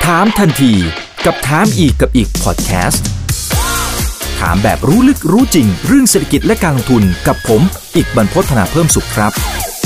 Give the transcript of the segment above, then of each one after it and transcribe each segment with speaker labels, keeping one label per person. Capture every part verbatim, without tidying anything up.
Speaker 1: ถามทันทีกับถามอีกกับอีกพอดแคสต์ถามแบบรู้ลึกรู้จริงเรื่องเศรษฐกิจและการลงทุนกับผมอีกบรรพต ธนาเพิ่มสุขครับ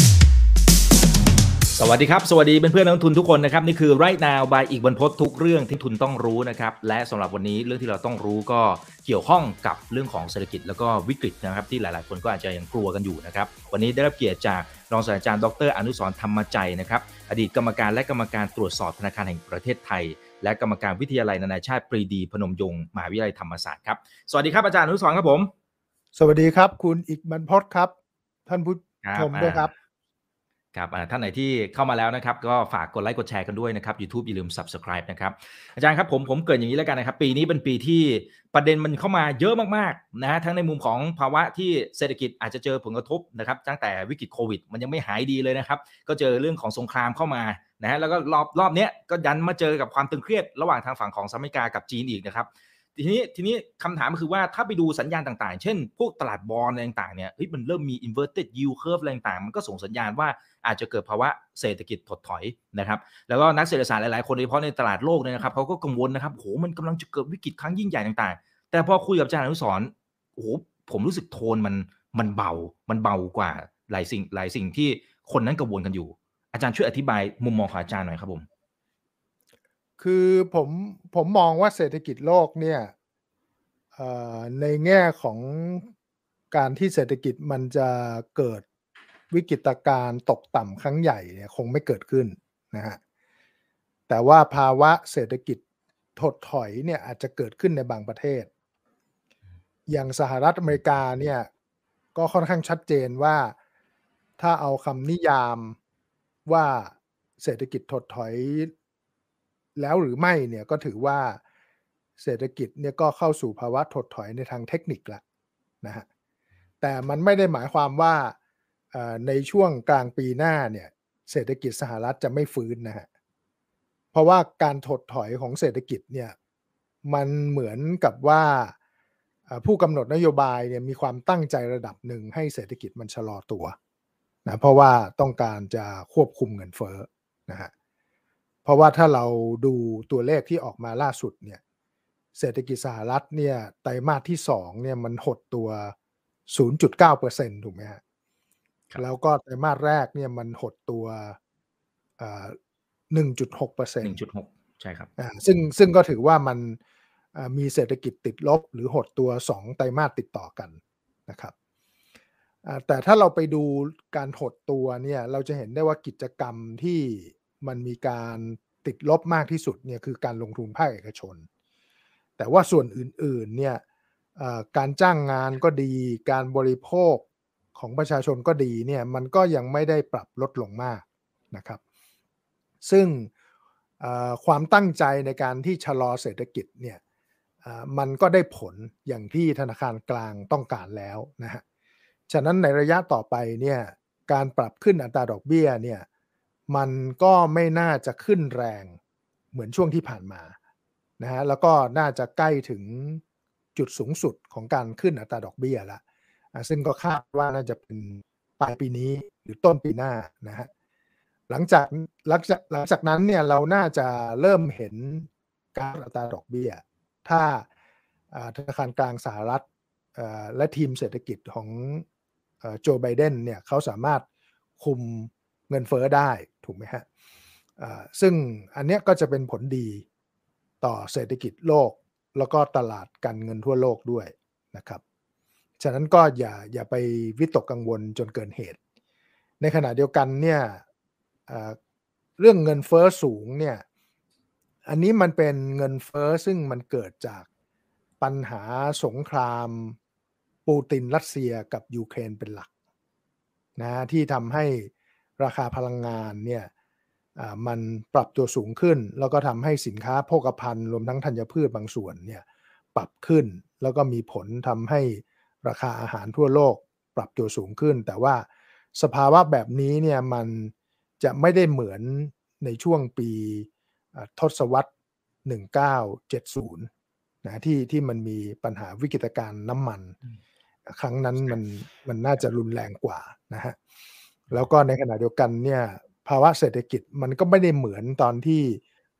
Speaker 1: สวัสดีครับสวัสดีเพื่อนๆนักลงทุนทุกคนนะครับนี่คือ Right Now by อีกบรรพตทุกเรื่องที่ทุนต้องรู้นะครับและสำหรับวันนี้เรื่องที่เราต้องรู้ก็เกี่ยวข้องกับเรื่องของเศรษฐกิจแล้วก็วิกฤตนะครับที่หลายๆคนก็อาจจะยังกลัวกันอยู่นะครับวันนี้ได้รับเกียรติจากรองศาสตราจารย์ดร.อนุสรณ์ธรรมจัยนะครับอดีตกรรมการและกรรมการตรวจสอบธนาคารแห่งประเทศไทยและกรรมการวิทยาลัยนานาชาติปรีดีพนมยงค์มหาวิทยาลัยธรรมศาสตร์ครับสวัสดีครับอาจารย์อนุสรณ์ครับผม
Speaker 2: สวัสดีครับคุณอีกบรรพตครับท่านผู้ชมด้วยครับ
Speaker 1: ครับท่านไหนที่เข้ามาแล้วนะครับก็ฝากกดไลค์กดแชร์กันด้วยนะครับ YouTube อย่าลืม Subscribe นะครับอาจารย์ครับผมผมเกิดอย่างนี้แล้วกันนะครับปีนี้เป็นปีที่ประเด็นมันเข้ามาเยอะมากๆนะทั้งในมุมของภาวะที่เศรษฐกิจอาจจะเจอผลกระทบนะครับตั้งแต่วิกฤตโควิดมันยังไม่หายดีเลยนะครับก็เจอเรื่องของสงครามเข้ามานะฮะแล้วก็รอบรอบเนี้ยก็ดันมาเจอกับความตึงเครียดระหว่างทางฝั่งของสหรัฐอเมริกากับจีนอีกนะครับทีนี้ทีนี้คำถามก็คือว่าถ้าไปดูสัญญาณต่างๆเช่นพวกตลาดบอนด์อะไรต่างๆเนี่ยเฮ้ยมันเริ่มมี inverted yield curve อะไรต่างๆมันก็ส่งสัญญาณว่าอาจจะเกิดภาวะเศรษฐกิจถดถอยนะครับแล้วก็นักเศรษฐศาสตร์หลายๆคนโดยเฉพาะในตลาดโลกเนี่ยนะครับเขาก็กังวลนะครับโหมันกำลังจะเกิดวิกฤตครั้งยิ่งใหญ่ต่างๆแต่พอคุยกับอาจารย์อนุสรณ์โอ้โหผมรู้สึกโทนมันมันเบามันเบากว่าหลายสิ่งหลายสิ่งที่คนนั้นกังวลกันอยู่อาจารย์ช่วยอธิบายมุมมองของอาจารย์หน่อยครับผม
Speaker 2: คือผมผมมองว่าเศรษฐกิจโลกเนี่ยในแง่ของการที่เศรษฐกิจมันจะเกิดวิกฤตการณ์ตกต่ำครั้งใหญ่เนี่ยคงไม่เกิดขึ้นนะฮะแต่ว่าภาวะเศรษฐกิจถดถอยเนี่ยอาจจะเกิดขึ้นในบางประเทศอย่างสหรัฐอเมริกาเนี่ยก็ค่อนข้างชัดเจนว่าถ้าเอาคำนิยามว่าเศรษฐกิจถดถอยแล้วหรือไม่เนี่ยก็ถือว่าเศรษฐกิจเนี่ยก็เข้าสู่ภาวะถดถอยในทางเทคนิคแล้วนะฮะแต่มันไม่ได้หมายความว่าในช่วงกลางปีหน้าเนี่ยเศรษฐกิจสหรัฐจะไม่ฟื้นนะฮะเพราะว่าการถดถอยของเศรษฐกิจเนี่ยมันเหมือนกับว่าผู้กำหนดนโยบายเนี่ยมีความตั้งใจระดับหนึ่งให้เศรษฐกิจมันชะลอตัวนะเพราะว่าต้องการจะควบคุมเงินเฟ้อนะฮะเพราะว่าถ้าเราดูตัวเลขที่ออกมาล่าสุดเนี่ยเศรษฐกิจสหรัฐเนี่ยไตรมาสที่สองเนี่ยมันหดตัว ศูนย์จุดเก้าเปอร์เซ็นต์ ถูกไหมฮะแล้วก็ไตรมาสแรกเนี่ยมันหดตัวอ่า หนึ่งจุดหกเปอร์เซ็นต์
Speaker 1: หนึ่งจุดหก ใช่ครับ
Speaker 2: อ่าซึ่งซึ่งก็ถือว่ามันมีเศรษฐกิจติดลบหรือหดตัวสองไตรมาสติดต่อกันนะครับแต่ถ้าเราไปดูการหดตัวเนี่ยเราจะเห็นได้ว่ากิจกรรมที่มันมีการติดลบมากที่สุดเนี่ยคือการลงทุนภาคเอกชนแต่ว่าส่วนอื่นๆเนี่ยการจ้างงานก็ดีการบริโภคของประชาชนก็ดีเนี่ยมันก็ยังไม่ได้ปรับลดลงมากนะครับซึ่งความตั้งใจในการที่ชะลอเศรษฐกิจเนี่ยมันก็ได้ผลอย่างที่ธนาคารกลางต้องการแล้วนะฮะฉะนั้นในระยะต่อไปเนี่ยการปรับขึ้นอัตราดอกเบี้ยเนี่ยมันก็ไม่น่าจะขึ้นแรงเหมือนช่วงที่ผ่านมานะฮะแล้วก็น่าจะใกล้ถึงจุดสูงสุดของการขึ้นอัตราดอกเบี้ยแล้วซึ่งก็คาดว่าน่าจะเป็นปลายปีนี้หรือต้นปีหน้านะฮะหลังจากหลังจากหลังจากนั้นเนี่ยเราน่าจะเริ่มเห็นการอัตราดอกเบี้ยถ้าธนาคารกลางสหรัฐและทีมเศรษฐกิจของโจไบเดนเนี่ยเขาสามารถคุมเงินเฟ้อได้ถูกไหมฮะซึ่งอันนี้ก็จะเป็นผลดีต่อเศรษฐกิจโลกแล้วก็ตลาดการเงินทั่วโลกด้วยนะครับฉะนั้นก็อย่าอย่าไปวิตกกังวลจนเกินเหตุในขณะเดียวกันเนี่ยเรื่องเงินเฟ้อสูงเนี่ยอันนี้มันเป็นเงินเฟ้อซึ่งมันเกิดจากปัญหาสงครามปูตินรัสเซียกับยูเครนเป็นหลักนะที่ทำให้ราคาพลังงานเนี่ยมันปรับตัวสูงขึ้นแล้วก็ทำให้สินค้าโภคภัณฑ์รวมทั้งธัญพืชบางส่วนเนี่ยปรับขึ้นแล้วก็มีผลทำให้ราคาอาหารทั่วโลกปรับตัวสูงขึ้นแต่ว่าสภาวะแบบนี้เนี่ยมันจะไม่ได้เหมือนในช่วงปีทศวรรษหนึ่งพันเก้าร้อยเจ็ดสิบนะที่ที่มันมีปัญหาวิกฤตการณ์น้ำมันครั้งนั้นมันมันน่าจะรุนแรงกว่านะฮะแล้วก็ในขณะเดียวกันเนี่ยภาวะเศรษฐกิจมันก็ไม่ได้เหมือนตอนที่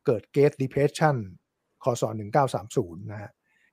Speaker 2: เกิด Great Depression คศหนึ่งเก้าสามศูนย์นะฮะ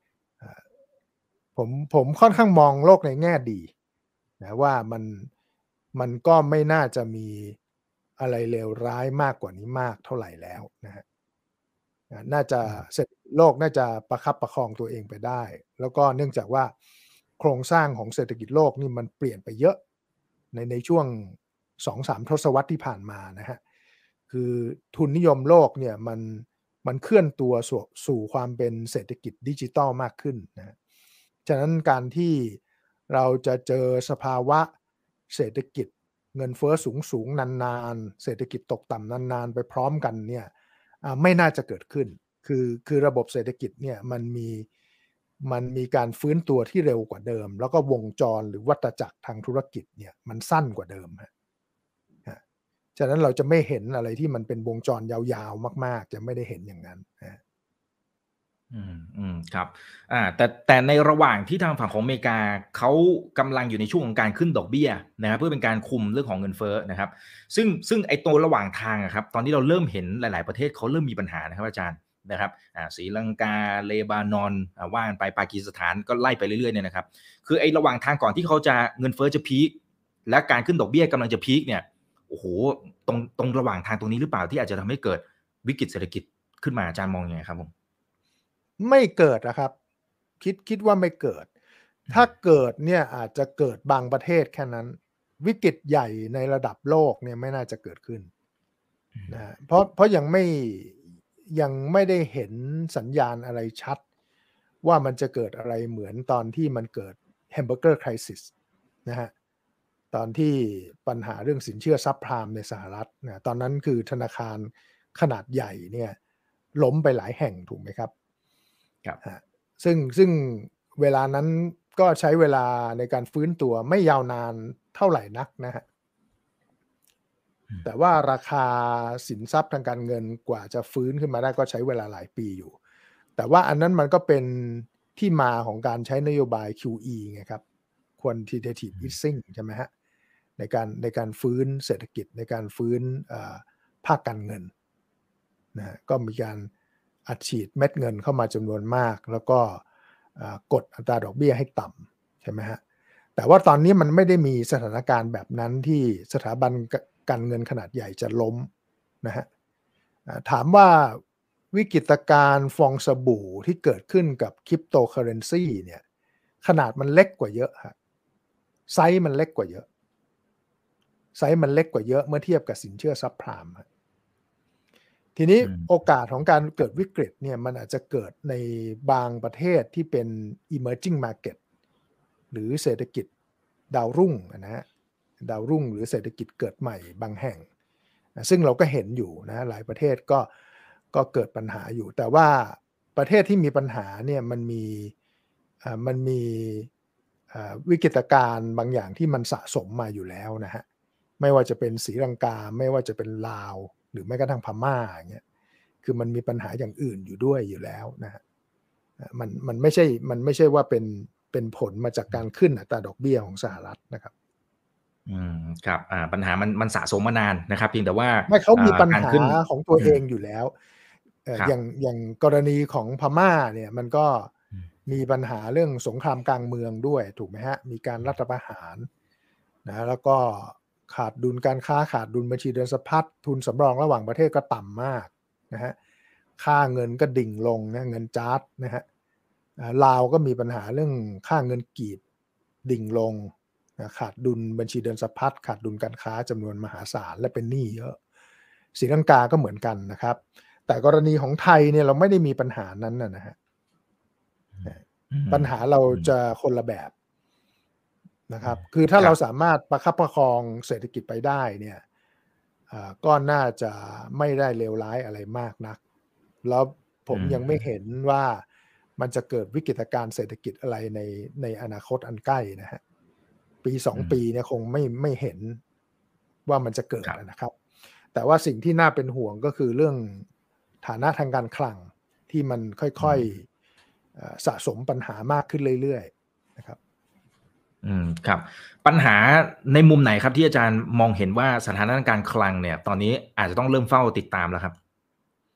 Speaker 2: ผมผมค่อนข้างมองโลกในแง่ดีนะว่ามันมันก็ไม่น่าจะมีอะไรเลวร้ายมากกว่านี้มากเท่าไหร่แล้วนะฮะน่าจะเศรษฐกิจโลกน่าจะประคับประคองตัวเองไปได้แล้วก็เนื่องจากว่าโครงสร้างของเศรษฐกิจโลกนี่มันเปลี่ยนไปเยอะในในช่วง สองถึงสาม ทศวรรษที่ผ่านมานะฮะคือทุนนิยมโลกเนี่ยมันมันเคลื่อนตัวสู่สู่ความเป็นเศรษฐกิจดิจิทัลมากขึ้นนะฉะนั้นการที่เราจะเจอสภาวะเศรษฐกิจเงินเฟ้อสูงสูงนานๆเศรษฐกิจตกต่ำนานๆไปพร้อมกันเนี่ยไม่น่าจะเกิดขึ้นคือคือระบบเศรษฐกิจเนี่ยมันมีมันมีการฟื้นตัวที่เร็วกว่าเดิมแล้วก็วงจรหรือวัฏจักรทางธุรกิจเนี่ยมันสั้นกว่าเดิมฮะฉะนั้นเราจะไม่เห็นอะไรที่มันเป็นวงจรยาวๆมากๆจะไม่ได้เห็นอย่างนั้นนะ
Speaker 1: อืมอืมครับอ่าแต่แต่ในระหว่างที่ทางฝั่งของอเมริกาเขากำลังอยู่ในช่วงของการขึ้นดอกเบี้ยนะครับเพื่อเป็นการคุมเรื่องของเงินเฟ้อนะครับซึ่งซึ่งไอ้ตัวระหว่างทางอะครับตอนนี้เราเริ่มเห็นหลายๆประเทศเขาเริ่มมีปัญหานะครับอาจารย์นะครับอ่าศรีลังกาเลบานอนอ่าว่ากันไปปากีสถานก็ไล่ไปเรื่อยๆเนี่ยนะครับคือไอ้ระหว่างทางก่อนที่เขาจะเงินเฟ้อจะพีคและการขึ้นดอกเบี้ยกำลังจะพีคเนี่ยโอ้โหตรงตรงระหว่างทางตรงนี้หรือเปล่าที่อาจจะทำให้เกิดวิกฤตเศรษฐกิจขึ้นมาอาจารย์มองยังไงครับผม
Speaker 2: ไม่เกิดนะครับคิดคิดว่าไม่เกิดถ้าเกิดเนี่ยอาจจะเกิดบางประเทศแค่นั้นวิกฤตใหญ่ในระดับโลกเนี่ยไม่น่าจะเกิดขึ้นนะเพราะเพราะยังไม่ยังไม่ได้เห็นสัญญาณอะไรชัดว่ามันจะเกิดอะไรเหมือนตอนที่มันเกิดแฮมเบอร์เกอร์ไครซิสนะฮะตอนที่ปัญหาเรื่องสินเชื่อซับไพรม์ในสหรัฐนะตอนนั้นคือธนาคารขนาดใหญ่เนี่ยล้มไปหลายแห่งถูกไหมครับ
Speaker 1: ครับ
Speaker 2: ซึ่งซึ่งเวลานั้นก็ใช้เวลาในการฟื้นตัวไม่ยาวนานเท่าไหร่นักนะฮะแต่ว่าราคาสินทรัพย์ทางการเงินกว่าจะฟื้นขึ้นมาได้ก็ใช้เวลาหลายปีอยู่แต่ว่าอันนั้นมันก็เป็นที่มาของการใช้นโยบาย คิว อี ไงครับ quantitative easing ใช่ไหมฮะในการในการฟื้นเศรษฐกิจในการฟื้นภาคการเงินนะก็มีการอัดฉีดเม็ดเงินเข้ามาจำนวนมากแล้วก็กดอัตราดอกเบี้ยให้ต่ำใช่ไหมฮะแต่ว่าตอนนี้มันไม่ได้มีสถานการณ์แบบนั้นที่สถาบันการเงินขนาดใหญ่จะล้มนะฮะถามว่าวิกฤตการณ์ฟองสบู่ที่เกิดขึ้นกับคริปโตเคอเรนซีเนี่ยขนาดมันเล็กกว่าเยอะฮะไซส์มันเล็กกว่าเยอะไซส์มันเล็กกว่าเยอะเมื่อเทียบกับสินเชื่อซับไพรม์ทีนี้โอกาสของการเกิดวิกฤตเนี่ยมันอาจจะเกิดในบางประเทศที่เป็น emerging market หรือเศรษฐกิจดาวรุ่งนะฮะดาวรุ่งหรือเศรษฐกิจเกิดใหม่บางแห่งซึ่งเราก็เห็นอยู่นะหลายประเทศก็ก็เกิดปัญหาอยู่แต่ว่าประเทศที่มีปัญหาเนี่ยมันมีมันมีวิกฤตการณ์บางอย่างที่มันสะสมมาอยู่แล้วนะฮะไม่ว่าจะเป็นศรีลังกาไม่ว่าจะเป็นลาวหรือแม้กระทั่งพม่าอย่างเงี้ยคือมันมีปัญหาอย่างอื่นอยู่ด้วยอยู่แล้วนะฮะมันมันไม่ใช่มันไม่ใช่ว่าเป็นเป็นผลมาจากการขึ้นอัตราดอกเบี้ยของสหรัฐนะครับ
Speaker 1: อืมครับอ่าปัญหามันมันสะสมมานานนะครับเพียงแต่ว่า
Speaker 2: ไม่เขามีปัญหา
Speaker 1: ขึ้น
Speaker 2: ของตัวเองอยู่แล้วอย่างอย่างกรณีของพม่าเนี่ยมันก็มีปัญหาเรื่องสงครามกลางเมืองด้วยถูกไหมฮะมีการรัฐประหารนะแล้วก็ขาดดุลการค้าขาดดุลบัญชีเดินสะพัดทุนสำรองระหว่างประเทศก็ต่ำมากนะฮะค่าเงินก็ดิ่งลงนะเงินจ๊าดนะฮะลาวก็มีปัญหาเรื่องค่าเงินกีบดิ่งลงนะขาดดุลบัญชีเดินสะพัดขาดดุลการค้าจำนวนมหาศาลและเป็นหนี้เยอะศรีลังกาก็เหมือนกันนะครับแต่กรณีของไทยเนี่ยเราไม่ได้มีปัญหานั้นนะฮะปัญหาเราจะคนละแบบนะครับคือถ้าเราสามารถประคับประคองเศรษฐกิจไปได้เนี่ยก็น่าจะไม่ได้เลวร้ายอะไรมากนักแล้วผมยังไม่เห็นว่ามันจะเกิดวิกฤตการณ์เศรษฐกิจอะไรในในอนาคตอันใกล้นะฮะปีสองปีเนี่ยคงไม่ไม่เห็นว่ามันจะเกิดนะครับแต่ว่าสิ่งที่น่าเป็นห่วงก็คือเรื่องฐานะทางการคลังที่มันค่อยๆสะสมปัญหามากขึ้นเรื่อยๆนะครับ
Speaker 1: อืมครับปัญหาในมุมไหนครับที่อาจารย์มองเห็นว่าสถานะการคลังเนี่ยตอนนี้อาจจะต้องเริ่มเฝ้าติดตามแล้วครับ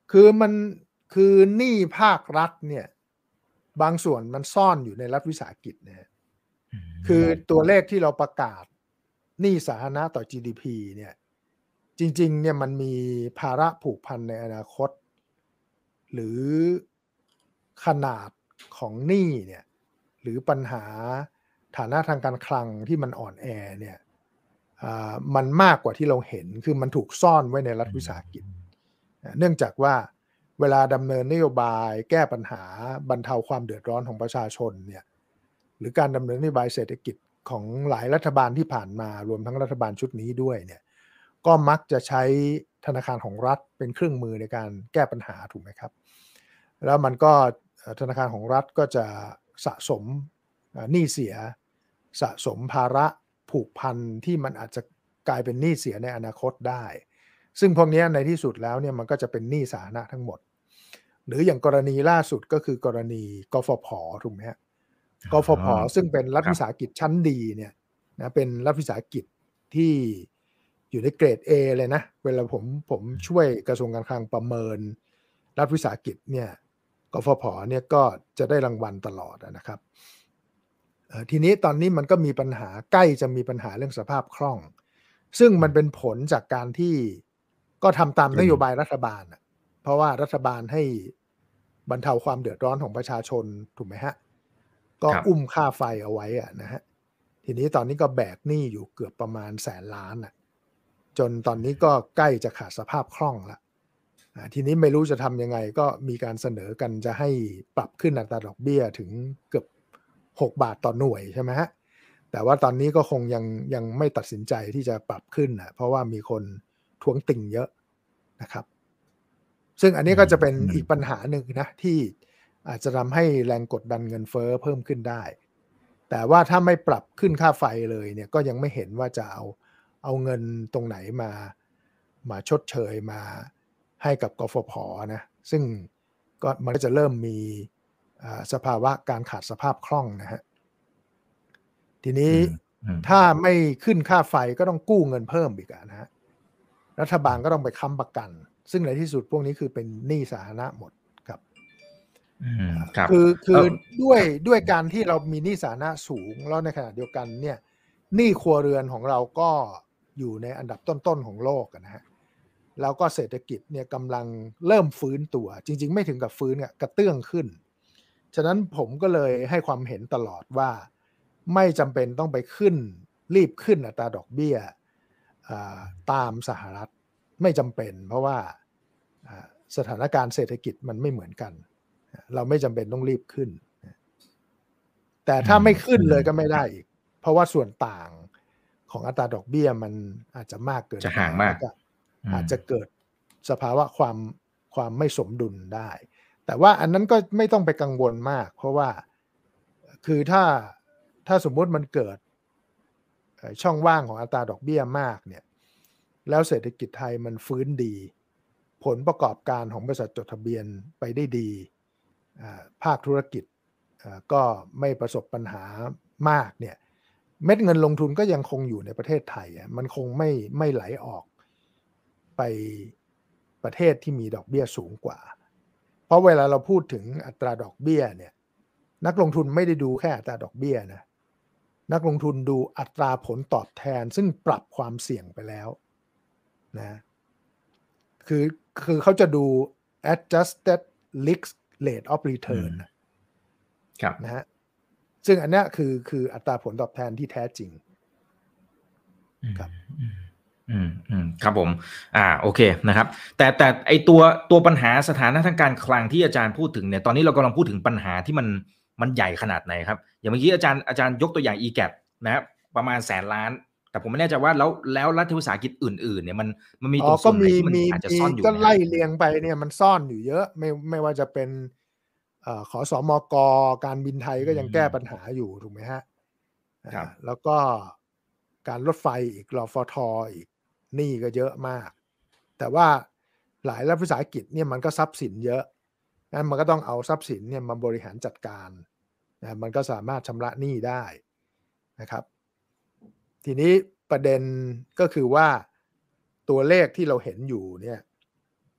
Speaker 2: คือมันคือหนี้ภาครัฐเนี่ยบางส่วนมันซ่อนอยู่ในรัฐวิสาหกิจนะฮะคือตัวเลขที่เราประกาศหนี้สาธารณะต่อ จี ดี พี เนี่ยจริงๆเนี่ยมันมีภาระผูกพันในอนาคตหรือขนาดของหนี้เนี่ยหรือปัญหาฐานะทางการคลังที่มันอ่อนแอเนี่ยมันมากกว่าที่เราเห็นคือมันถูกซ่อนไว้ในรัฐวิสาหกิจเนื่องจากว่าเวลาดำเนินนโยบายแก้ปัญหาบรรเทาความเดือดร้อนของประชาชนเนี่ยหรือการดำเนินนโยบายเศรษฐกิจของหลายรัฐบาลที่ผ่านมารวมทั้งรัฐบาลชุดนี้ด้วยเนี่ยก็มักจะใช้ธนาคารของรัฐเป็นเครื่องมือในการแก้ปัญหาถูกไหมครับแล้วมันก็ธนาคารของรัฐก็จะสะสมหนี้เสียสะสมภาระผูกพันที่มันอาจจะกลายเป็นหนี้เสียในอนาคตได้ซึ่งพวกนี้ในที่สุดแล้วเนี่ยมันก็จะเป็นหนี้สาธารณะทั้งหมดหรืออย่างกรณีล่าสุดก็คือกรณีกฟผ.ถูกไหมฮะกฟผ.ซึ่งเป็นรัฐวิสาหกิจชั้นดีเนี่ยนะเป็นรัฐวิสาหกิจที่อยู่ในเกรด A เลยนะเวลาผมผมช่วยกระทรวงการคลังประเมินรัฐวิสาหกิจเนี่ยกฟผ.เนี่ยก็จะได้รางวัลตลอดนะครับทีนี้ตอนนี้มันก็มีปัญหาใกล้จะมีปัญหาเรื่องสภาพคล่องซึ่งมันเป็นผลจากการที่ก็ทำตามนโยบายรัฐบาลเพราะว่ารัฐบาลให้บรรเทาความเดือดร้อนของประชาชนถูกไหมฮะก็อุ้มค่าไฟเอาไว้อะนะฮะทีนี้ตอนนี้ก็แบกหนี้อยู่เกือบประมาณแสนล้านอ่ะจนตอนนี้ก็ใกล้จะขาดสภาพคล่องละทีนี้ไม่รู้จะทำยังไงก็มีการเสนอกันจะให้ปรับขึ้นอัตราดอกเบี้ยถึงเกือบหกบาทต่อหน่วยใช่ไหมฮะแต่ว่าตอนนี้ก็คงยังยังไม่ตัดสินใจที่จะปรับขึ้นนะเพราะว่ามีคนท้วงติ่งเยอะนะครับซึ่งอันนี้ก็จะเป็นอีกปัญหาหนึ่งนะที่อาจจะทำให้แรงกดดันเงินเฟ้อเพิ่มขึ้นได้แต่ว่าถ้าไม่ปรับขึ้นค่าไฟเลยเนี่ยก็ยังไม่เห็นว่าจะเอาเอาเงินตรงไหนมามาชดเชยมาให้กับกฟผ.นะซึ่งก็มันก็จะเริ่มมีสภาวะการขาดสภาพคล่องนะฮะทีนี้ถ้าไม่ขึ้นค่าไฟก็ต้องกู้เงินเพิ่มอีกนะฮะรัฐบาลก็ต้องไปค้ำประกันซึ่งในที่สุดพวกนี้คือเป็นหนี้สาธารณะหมดครับคือคือด้วยด้วยการที่เรามีหนี้สาธารณะสูงแล้วในขณะเดียวกันเนี่ยหนี้ครัวเรือนของเราก็อยู่ในอันดับต้นๆของโลกนะฮะแล้วก็เศรษฐกิจเนี่ยกำลังเริ่มฟื้นตัวจริงๆไม่ถึงกับฟื้นเนี่ยกระเตื้องขึ้นฉะนั้นผมก็เลยให้ความเห็นตลอดว่าไม่จำเป็นต้องไปขึ้นรีบขึ้นอัตราดอกเบี้ยตามสหรัฐไม่จำเป็นเพราะว่าสถานการณ์เศรษฐกิจมันไม่เหมือนกันเราไม่จำเป็นต้องรีบขึ้นแต่ถ้าไม่ขึ้นเลยก็ไม่ได้อีกเพราะว่าส่วนต่างของอัตราดอกเบี้ยมันอาจจะมากเกินไป
Speaker 1: จะห่างมาก
Speaker 2: อาจจะเกิดสภาวะความความไม่สมดุลได้แต่ว่าอันนั้นก็ไม่ต้องไปกังวลมากเพราะว่าคือถ้าถ้าสมมุติมันเกิดช่องว่างของอัตราดอกเบี้ยมากเนี่ยแล้วเศรษฐกิจไทยมันฟื้นดีผลประกอบการของบริษัทจดทะเบียนไปได้ดีภาคธุรกิจก็ไม่ประสบปัญหามากเนี่ยเม็ดเงินลงทุนก็ยังคงอยู่ในประเทศไทยมันคงไม่ไม่ไหลออกไปประเทศที่มีดอกเบี้ยสูงกว่าเพราะเวลาเราพูดถึงอัตราดอกเบี้ยเนี่ยนักลงทุนไม่ได้ดูแค่อัตราดอกเบี้ยนะนักลงทุนดูอัตราผลตอบแทนซึ่งปรับความเสี่ยงไปแล้วนะคือคือเขาจะดู adjusted risk rate of return
Speaker 1: ครับ
Speaker 2: นะฮะซึ่งอันนี้คือคืออัตราผลตอบแทนที่แท้จริงครับ
Speaker 1: อืมอืมครับผมอ่าโอเคนะครับแต่แต่ไอตัวตัวปัญหาสถานะทางการคลังที่อาจารย์พูดถึงเนี่ยตอนนี้เรากำลังพูดถึงปัญหาที่มันมันใหญ่ขนาดไหนครับอย่างเมื่อกี้อาจารย์อาจารย์ยกตัวอย่าง อี แก พี นะครับประมาณแสนล้านแต่ผมไม่แน่ใจว่าแล้วแล้วรัฐวิสาหกิจอื่นๆเนี่ยมันมันมีตรงส่วนไหนที่มันอาจจะซ่อนอยู่
Speaker 2: ก็ไล่เรียงไปเนี่ยมันซ่อนอยู่เยอะไม่ไม่ว่าจะเป็นขอสมกการบินไทยก็ยังแก้ปัญหาอยู่ถูกไหมฮะแล้วก็การรถไฟอีกรฟท.อีกหนี้ก็เยอะมากแต่ว่าหลายรัฐวิสาหกิจเนี่ยมันก็ทรัพย์สินเยอะงั้นมันก็ต้องเอาทรัพย์สินเนี่ยมาบริหารจัดการนะมันก็สามารถชำระหนี้ได้นะครับทีนี้ประเด็นก็คือว่าตัวเลขที่เราเห็นอยู่เนี่ย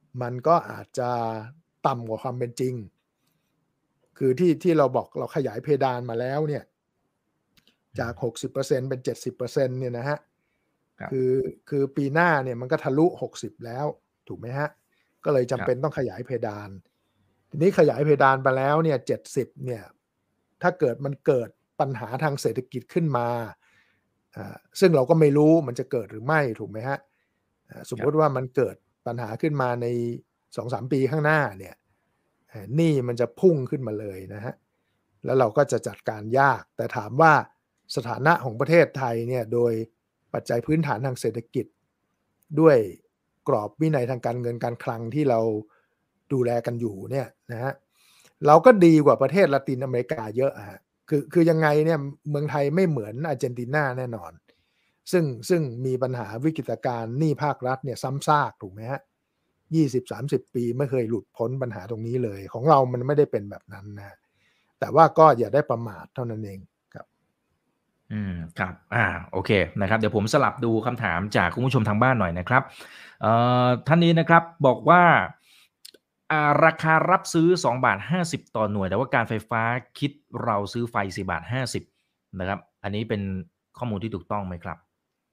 Speaker 2: มันก็อาจจะต่ำกว่าความเป็นจริงคือที่ที่เราบอกเราขยายเพดานมาแล้วเนี่ยจาก หกสิบเปอร์เซ็นต์ เป็น เจ็ดสิบเปอร์เซ็นต์ เนี่ยนะฮะคือคือปีหน้าเนี่ยมันก็ทะลุหกสิบแล้วถูกไหมฮะก็เลยจำเป็นต้องขยายเพดานทีนี้ขยายเพดานไปแล้วเนี่ยเจ็ดสิบเนี่ยถ้าเกิดมันเกิดปัญหาทางเศรษฐกิจขึ้นมาซึ่งเราก็ไม่รู้มันจะเกิดหรือไม่ถูกไหมฮะสมมติว่ามันเกิดปัญหาขึ้นมาใน สองถึงสาม ปีข้างหน้าเนี่ยหนี้มันจะพุ่งขึ้นมาเลยนะฮะแล้วเราก็จะจัดการยากแต่ถามว่าสถานะของประเทศไทยเนี่ยโดยปัจจัยพื้นฐานทางเศรษฐกิจด้วยกรอบวินัยทางการเงินการคลังที่เราดูแลกันอยู่เนี่ยนะฮะเราก็ดีกว่าประเทศละตินอเมริกาเยอะฮะคือคือยังไงเนี่ยเมืองไทยไม่เหมือนอาร์เจนตินาแน่นอนซึ่งซึ่งมีปัญหาวิกฤตการณ์หนี้ภาครัฐเนี่ยซ้ำซากถูกไหมฮะยี่สิบ สามสิบ ปีไม่เคยหลุดพ้นปัญหาตรงนี้เลยของเรามันไม่ได้เป็นแบบนั้นนะแต่ว่าก็อย่าได้ประมาทเท่านั้นเองครับ
Speaker 1: อืมครับอ่าโอเคนะครับเดี๋ยวผมสลับดูคำถามจากคุณผู้ชมทางบ้านหน่อยนะครับเอ่อท่านนี้นะครับบอกว่าอ่าราคารับซื้อ สองบาทห้าสิบ ต่อหน่วยแต่ว่าการไฟฟ้าคิดเราซื้อไฟ สี่บาทห้าสิบ นะครับอันนี้เป็นข้อมูลที่ถูกต้องไหมครับ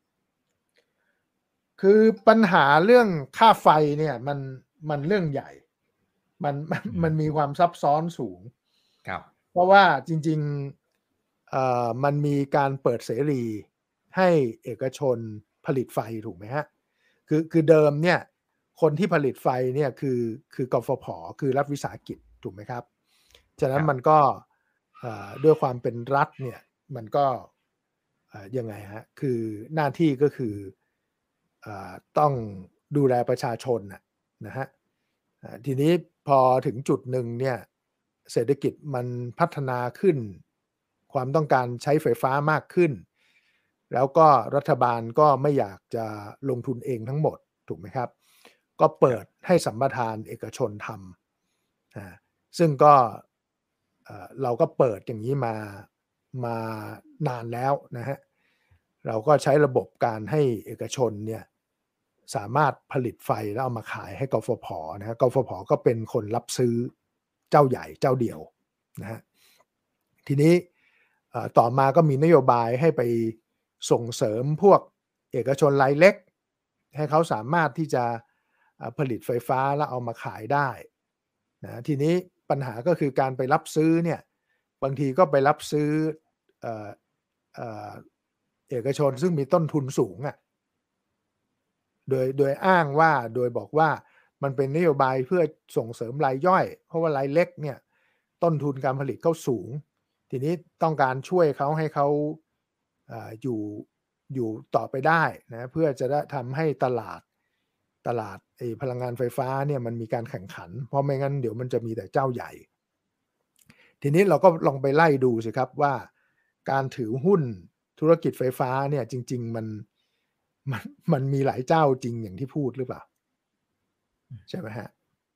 Speaker 2: คือปัญหาเรื่องค่าไฟเนี่ยมันมันเรื่องใหญ่มันมันมันมีความซับซ้อนสูง
Speaker 1: ครับ
Speaker 2: เพราะว่าจริงๆเอ่อมันมีการเปิดเสรีให้เอกชนผลิตไฟถูกไหมฮะคือคือเดิมเนี่ยคนที่ผลิตไฟเนี่ยคือคือกฟผคือรัฐวิสาหกิจถูกไหมครับฉะนั้นมันก็ด้วยความเป็นรัฐเนี่ยมันก็ยังไงฮะคือหน้าที่ก็คือต้องดูแลประชาชนนะฮะทีนี้พอถึงจุดหนึ่งเนี่ยเศรษฐกิจมันพัฒนาขึ้นความต้องการใช้ไฟฟ้ามากขึ้นแล้วก็รัฐบาลก็ไม่อยากจะลงทุนเองทั้งหมดถูกไหมครับก็เปิดให้สัมปทานเอกชนทำซึ่งก็เราก็เปิดอย่างนี้มามานานแล้วนะฮะเราก็ใช้ระบบการให้เอกชนเนี่ยสามารถผลิตไฟแล้วเอามาขายให้กฟผนะฮะกฟผก็เป็นคนรับซื้อเจ้าใหญ่เจ้าเดียวนะฮะทีนี้ต่อมาก็มีนโยบายให้ไปส่งเสริมพวกเอกชนรายเล็กให้เขาสามารถที่จะผลิตไฟฟ้าแล้วเอามาขายได้นะทีนี้ปัญหาก็คือการไปรับซื้อเนี่ยบางทีก็ไปรับซื้อเอ่อเอ่อเอกชนซึ่งมีต้นทุนสูงอ่ะโดยโดยอ้างว่าโดยบอกว่ามันเป็นนโยบายเพื่อส่งเสริมรายย่อยเพราะว่ารายเล็กเนี่ยต้นทุนการผลิตเขาสูงทีนี้ต้องการช่วยเขาให้เขาอยู่อยู่ต่อไปได้นะเพื่อจะได้ทำให้ตลาดตลาดไอ้พลังงานไฟฟ้าเนี่ยมันมีการแข่งขันเพราะไม่งั้นเดี๋ยวมันจะมีแต่เจ้าใหญ่ทีนี้เราก็ลองไปไล่ดูสิครับว่าการถือหุ้นธุรกิจไฟฟ้าเนี่ยจริงๆมันมันมันมีหลายเจ้าจริงอย่างที่พูดหรือเปล่าใช่ไหมฮะ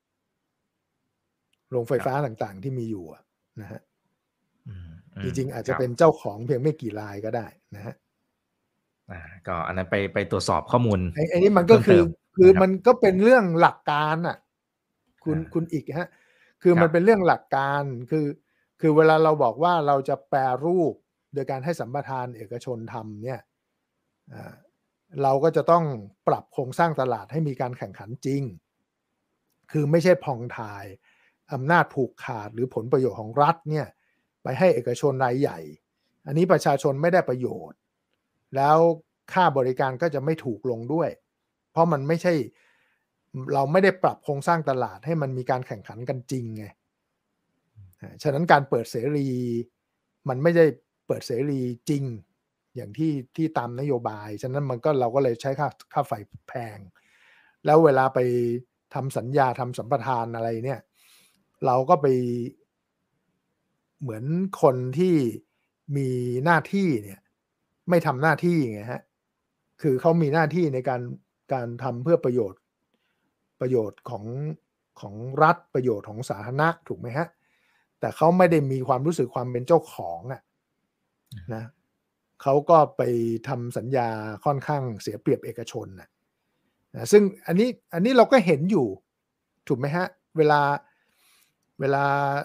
Speaker 2: โรงไฟฟ้าต่างๆที่มีอยู่นะฮะจริงๆอาจจะเป็นเจ้าของเพียงไม่กี่รายก็ได้นะฮะ
Speaker 1: อ่าก็อันนั้นไปไปตรวจสอบข้อมูล
Speaker 2: ไอ้นี่มันก็คือคือมันก็เป็นเรื่องหลักการอ่ะคุณคุณอีกฮะคือมันเป็นเรื่องหลักการคือคือเวลาเราบอกว่าเราจะแปรรูปโดยการให้สัมปทานเอกชนทำเนี่ยเราก็จะต้องปรับโครงสร้างตลาดให้มีการแข่งขันจริงคือไม่ใช่พองทายอำนาจผูกขาดหรือผลประโยชน์ของรัฐเนี่ยไปให้เอกชนรายใหญ่อันนี้ประชาชนไม่ได้ประโยชน์แล้วค่าบริการก็จะไม่ถูกลงด้วยเพราะมันไม่ใช่เราไม่ได้ปรับโครงสร้างตลาดให้มันมีการแข่งขันกันจริงไงฉะนั้นการเปิดเสรีมันไม่ได้เปิดเสรีจริงอย่างที่ที่ตามนโยบายฉะนั้นมันก็เราก็เลยใช้ค่าค่าไฟแพงแล้วเวลาไปทำสัญญาทำสัมปทานอะไรเนี่ยเราก็ไปเหมือนคนที่มีหน้าที่เนี่ยไม่ทำหน้าที่ไงฮะคือเขามีหน้าที่ในการการทำเพื่อประโยชน์ประโยชน์ของของรัฐประโยชน์ของสาธารณะถูกไหมฮะแต่เขาไม่ได้มีความรู้สึกความเป็นเจ้าของอ่ะนะเขาก็ไปทำสัญญาค่อนข้างเสียเปรียบเอกชนนะนะซึ่งอันนี้อันนี้เราก็เห็นอยู่ถูกไหมฮะเวลาเวลา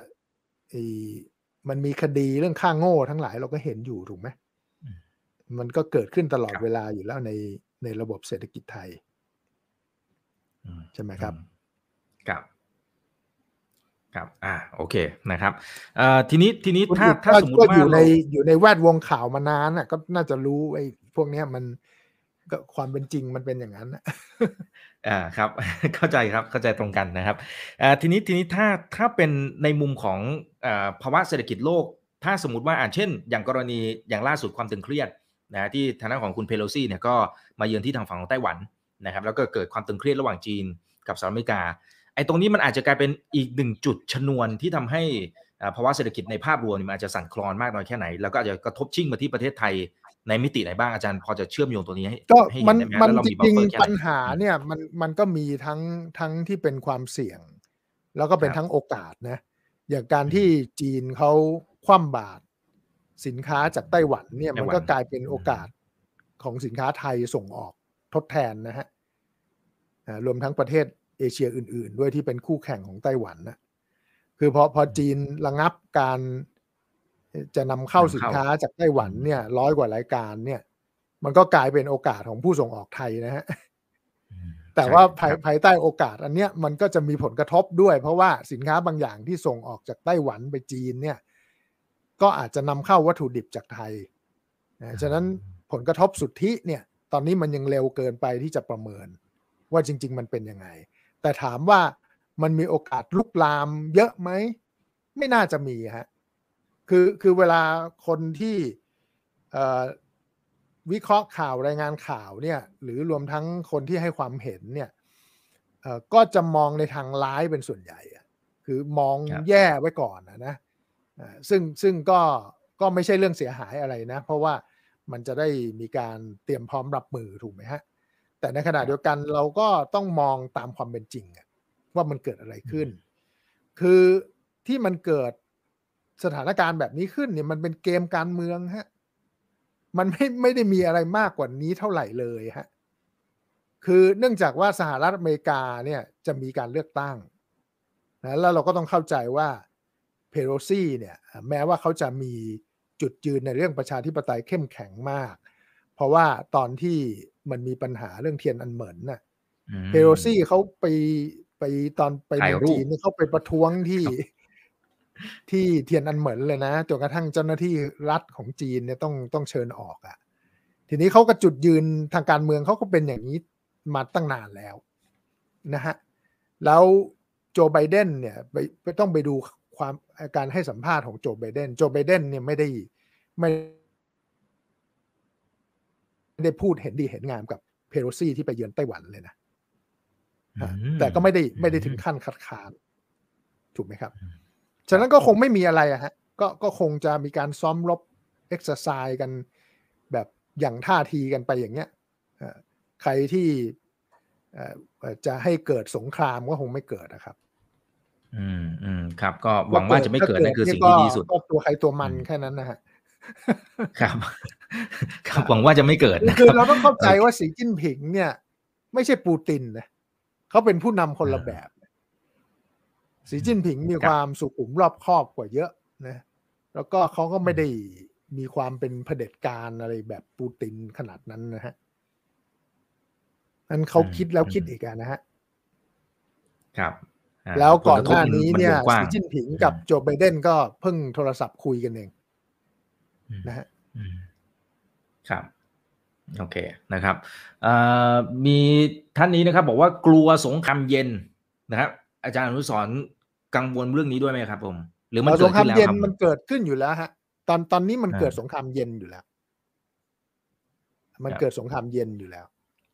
Speaker 2: มันมีคดีเรื่องค่าโง่ทั้งหลายเราก็เห็นอยู่ถูกไหมมันก็เกิดขึ้นตลอดเวลาอยู่แล้วในในระบบเศรษฐกิจไทยใช่ไหมครับ
Speaker 1: ครับครับอ่าโอเคนะครับเอ่อทีนี้ทีนี้ถ้าถ้าสมมติว่า
Speaker 2: อยู่ในอยู่ในแวดวงข่าวมานานน่ะก็น่าจะรู้ไอ้พวกนี้มันก็ความเป็นจริงมันเป็นอย่างนั้นนะ
Speaker 1: อ่าครับ เข้าใจครับเข้าใจตรงกันนะครับอ่าทีนี้ทีนี้ถ้าถ้าเป็นในมุมของอ่าภาวะเศรษฐกิจโลกถ้าสมมุติว่าอ่าเช่นอย่างกรณีอย่างล่าสุดความตึงเครียดนะที่ทางด้านของคุณเพโลซี่เนี่ยก็มาเยือนที่ทางฝั่งของไต้หวันนะครับแล้วก็เกิดความตึงเครียดระหว่างจีนกับสหรัฐอเมริกาไอ้ตรงนี้มันอาจจะกลายเป็นอีกหนึ่งจุดชนวนที่ทำให้ภาวะเศรษฐกิจในภาพรวมมันอาจจะสั่นคลอนมากน้อยแค่ไหนแล้วก็อาจจะกระทบชิ่งมาที่ประเทศไทยในมิติไหนบ้างอาจารย์พอจะเชื่อมโยงตัวนี้ให้
Speaker 2: ก็
Speaker 1: ให้เห็
Speaker 2: มัน น
Speaker 1: ได้ไหม
Speaker 2: มัน
Speaker 1: แล้วเรา
Speaker 2: จ
Speaker 1: มีบัฟ
Speaker 2: ริง
Speaker 1: เฟอร์แค่
Speaker 2: ๆ
Speaker 1: ไหน
Speaker 2: ปัญหาเนี่ยมันมันก็มีทั้งทั้งที่เป็นความเสี่ยงแล้วก็เป็นทั้งโอกาสนะอย่างการที่จีนเขาคว่ำบาตรสินค้าจากไต้หวันเนี่ยมันก็กลายเป็นโอกาสของสินค้าไทยส่งออกทดแทนนะฮะรวมทั้งประเทศเอเชียอื่นๆด้วยที่เป็นคู่แข่งของไต้หวันนะคือพอพอจีนระงับการจะนำเข้าสินค้าจากไต้หวันเนี่ยร้อยกว่ารายการเนี่ยมันก็กลายเป็นโอกาสของผู้ส่งออกไทยนะฮะแต่ว่าภายภายใต้โอกาสอันเนี้ยมันก็จะมีผลกระทบด้วยเพราะว่าสินค้าบางอย่างที่ส่งออกจากไต้หวันไปจีนเนี่ยก็อาจจะนำเข้าวัตถุดิบจากไทยนะฉะนั้นผลกระทบสุทธิเนี่ยตอนนี้มันยังเร็วเกินไปที่จะประเมินว่าจริงๆมันเป็นยังไงแต่ถามว่ามันมีโอกาสลุกลามเยอะไหมไม่น่าจะมีฮะคือคือเวลาคนที่วิเคราะห์ข่าวรายงานข่าวเนี่ยหรือรวมทั้งคนที่ให้ความเห็นเนี่ยก็จะมองในทางร้ายเป็นส่วนใหญ่คือมองแย่ไว้ก่อนนะนะซึ่งซึ่งก็ก็ไม่ใช่เรื่องเสียหายอะไรนะเพราะว่ามันจะได้มีการเตรียมพร้อมรับมือถูกไหมฮะแต่ในขณะเดียวกันเราก็ต้องมองตามความเป็นจริงว่ามันเกิดอะไรขึ้นคือที่มันเกิดสถานการณ์แบบนี้ขึ้นเนี่ยมันเป็นเกมการเมืองฮะมันไม่ไม่ได้มีอะไรมากกว่านี้เท่าไหร่เลยฮะคือเนื่องจากว่าสหรัฐอเมริกาเนี่ยจะมีการเลือกตั้งนะแล้วเราก็ต้องเข้าใจว่าเพโลซี่เนี่ยแม้ว่าเขาจะมีจุดยืนในเรื่องประชาธิปไตยเข้มแข็งมากเพราะว่าตอนที่มันมีปัญหาเรื่องเทียนอันเหมินน่ะเพโลซี่เขาไปไปตอนไปเมืองจีนนี่เขาไปประท้วงที่ที่เทียนอันเหมินเลยนะจนกระทั่งเจ้าหน้าที่รัฐของจีนเนี่ยต้องต้องเชิญออกอ่ะทีนี้เขาก็จุดยืนทางการเมืองเขาก็เป็นอย่างนี้มาตั้งนานแล้วนะฮะแล้วโจไบเดนเนี่ยไปไปต้องไปดูความการให้สัมภาษณ์ของโจไบเดนโจไบเดนเนี่ยไม่ได้ไม่ไม่ได้พูดเห็นดีเห็นงามกับเพโลซี่ที่ไปเยือนไต้หวันเลยนะแต่ก็ไม่ได้ไม่ได้ถึงขั้นคัดค้านถูกไหมครับฉะนั้นก็คงไม่มีอะไรอะฮะก็ก็คงจะมีการซ้อมรบเอ็กซ์ไซส์กันแบบอย่างท่าทีกันไปอย่างเงี้ยใครที่จะให้เกิดสงครามก็คงไม่เกิดนะครับ
Speaker 1: อืมอืมครับก็หวังว่าจะไม่เกิดนั่นคือสิ่งที่ดีสุด
Speaker 2: ก็ตัวใครตัวมันแค่นั้นนะฮะ
Speaker 1: ครับครับหวังว่าจะไม่เกิดนะ
Speaker 2: คือเราต้องเข้าใจว่าสีจิ้นผิงเนี่ยไม่ใช่ปูตินนะเขาเป็นผู้นำคนละแบบสีจิ้นผิงมีความสุขุมรอบคอบกว่าเยอะนะแล้วก็เขาก็ไม่ได้มีความเป็นเผด็จการอะไรแบบปูตินขนาดนั้นนะฮะนั้นเขาคิดแล้วคิดอีกนะฮะ
Speaker 1: ครับ
Speaker 2: แล้วก่อนหน้านี้เนี่ยสีจิ้นผิงกับโจไบเดนก็เพิ่งโทรศัพท์คุยกันเองนะฮะ
Speaker 1: ครับโอเคนะครับมีท่านนี้นะครับบอกว่ากลัวสงครามเย็นนะครับอาจารย์อนุสรณ์กังวลเรื่องนี้ด้วยไหมครับผมหรือมันเกิดขึ้นแล้วครับ
Speaker 2: มันเกิดขึ้นอยู่แล้วฮะตอนตอนนี้มันเกิดสงครามเย็นอยู่แล้วมันเกิดสงครามเย็นอยู่แล้ว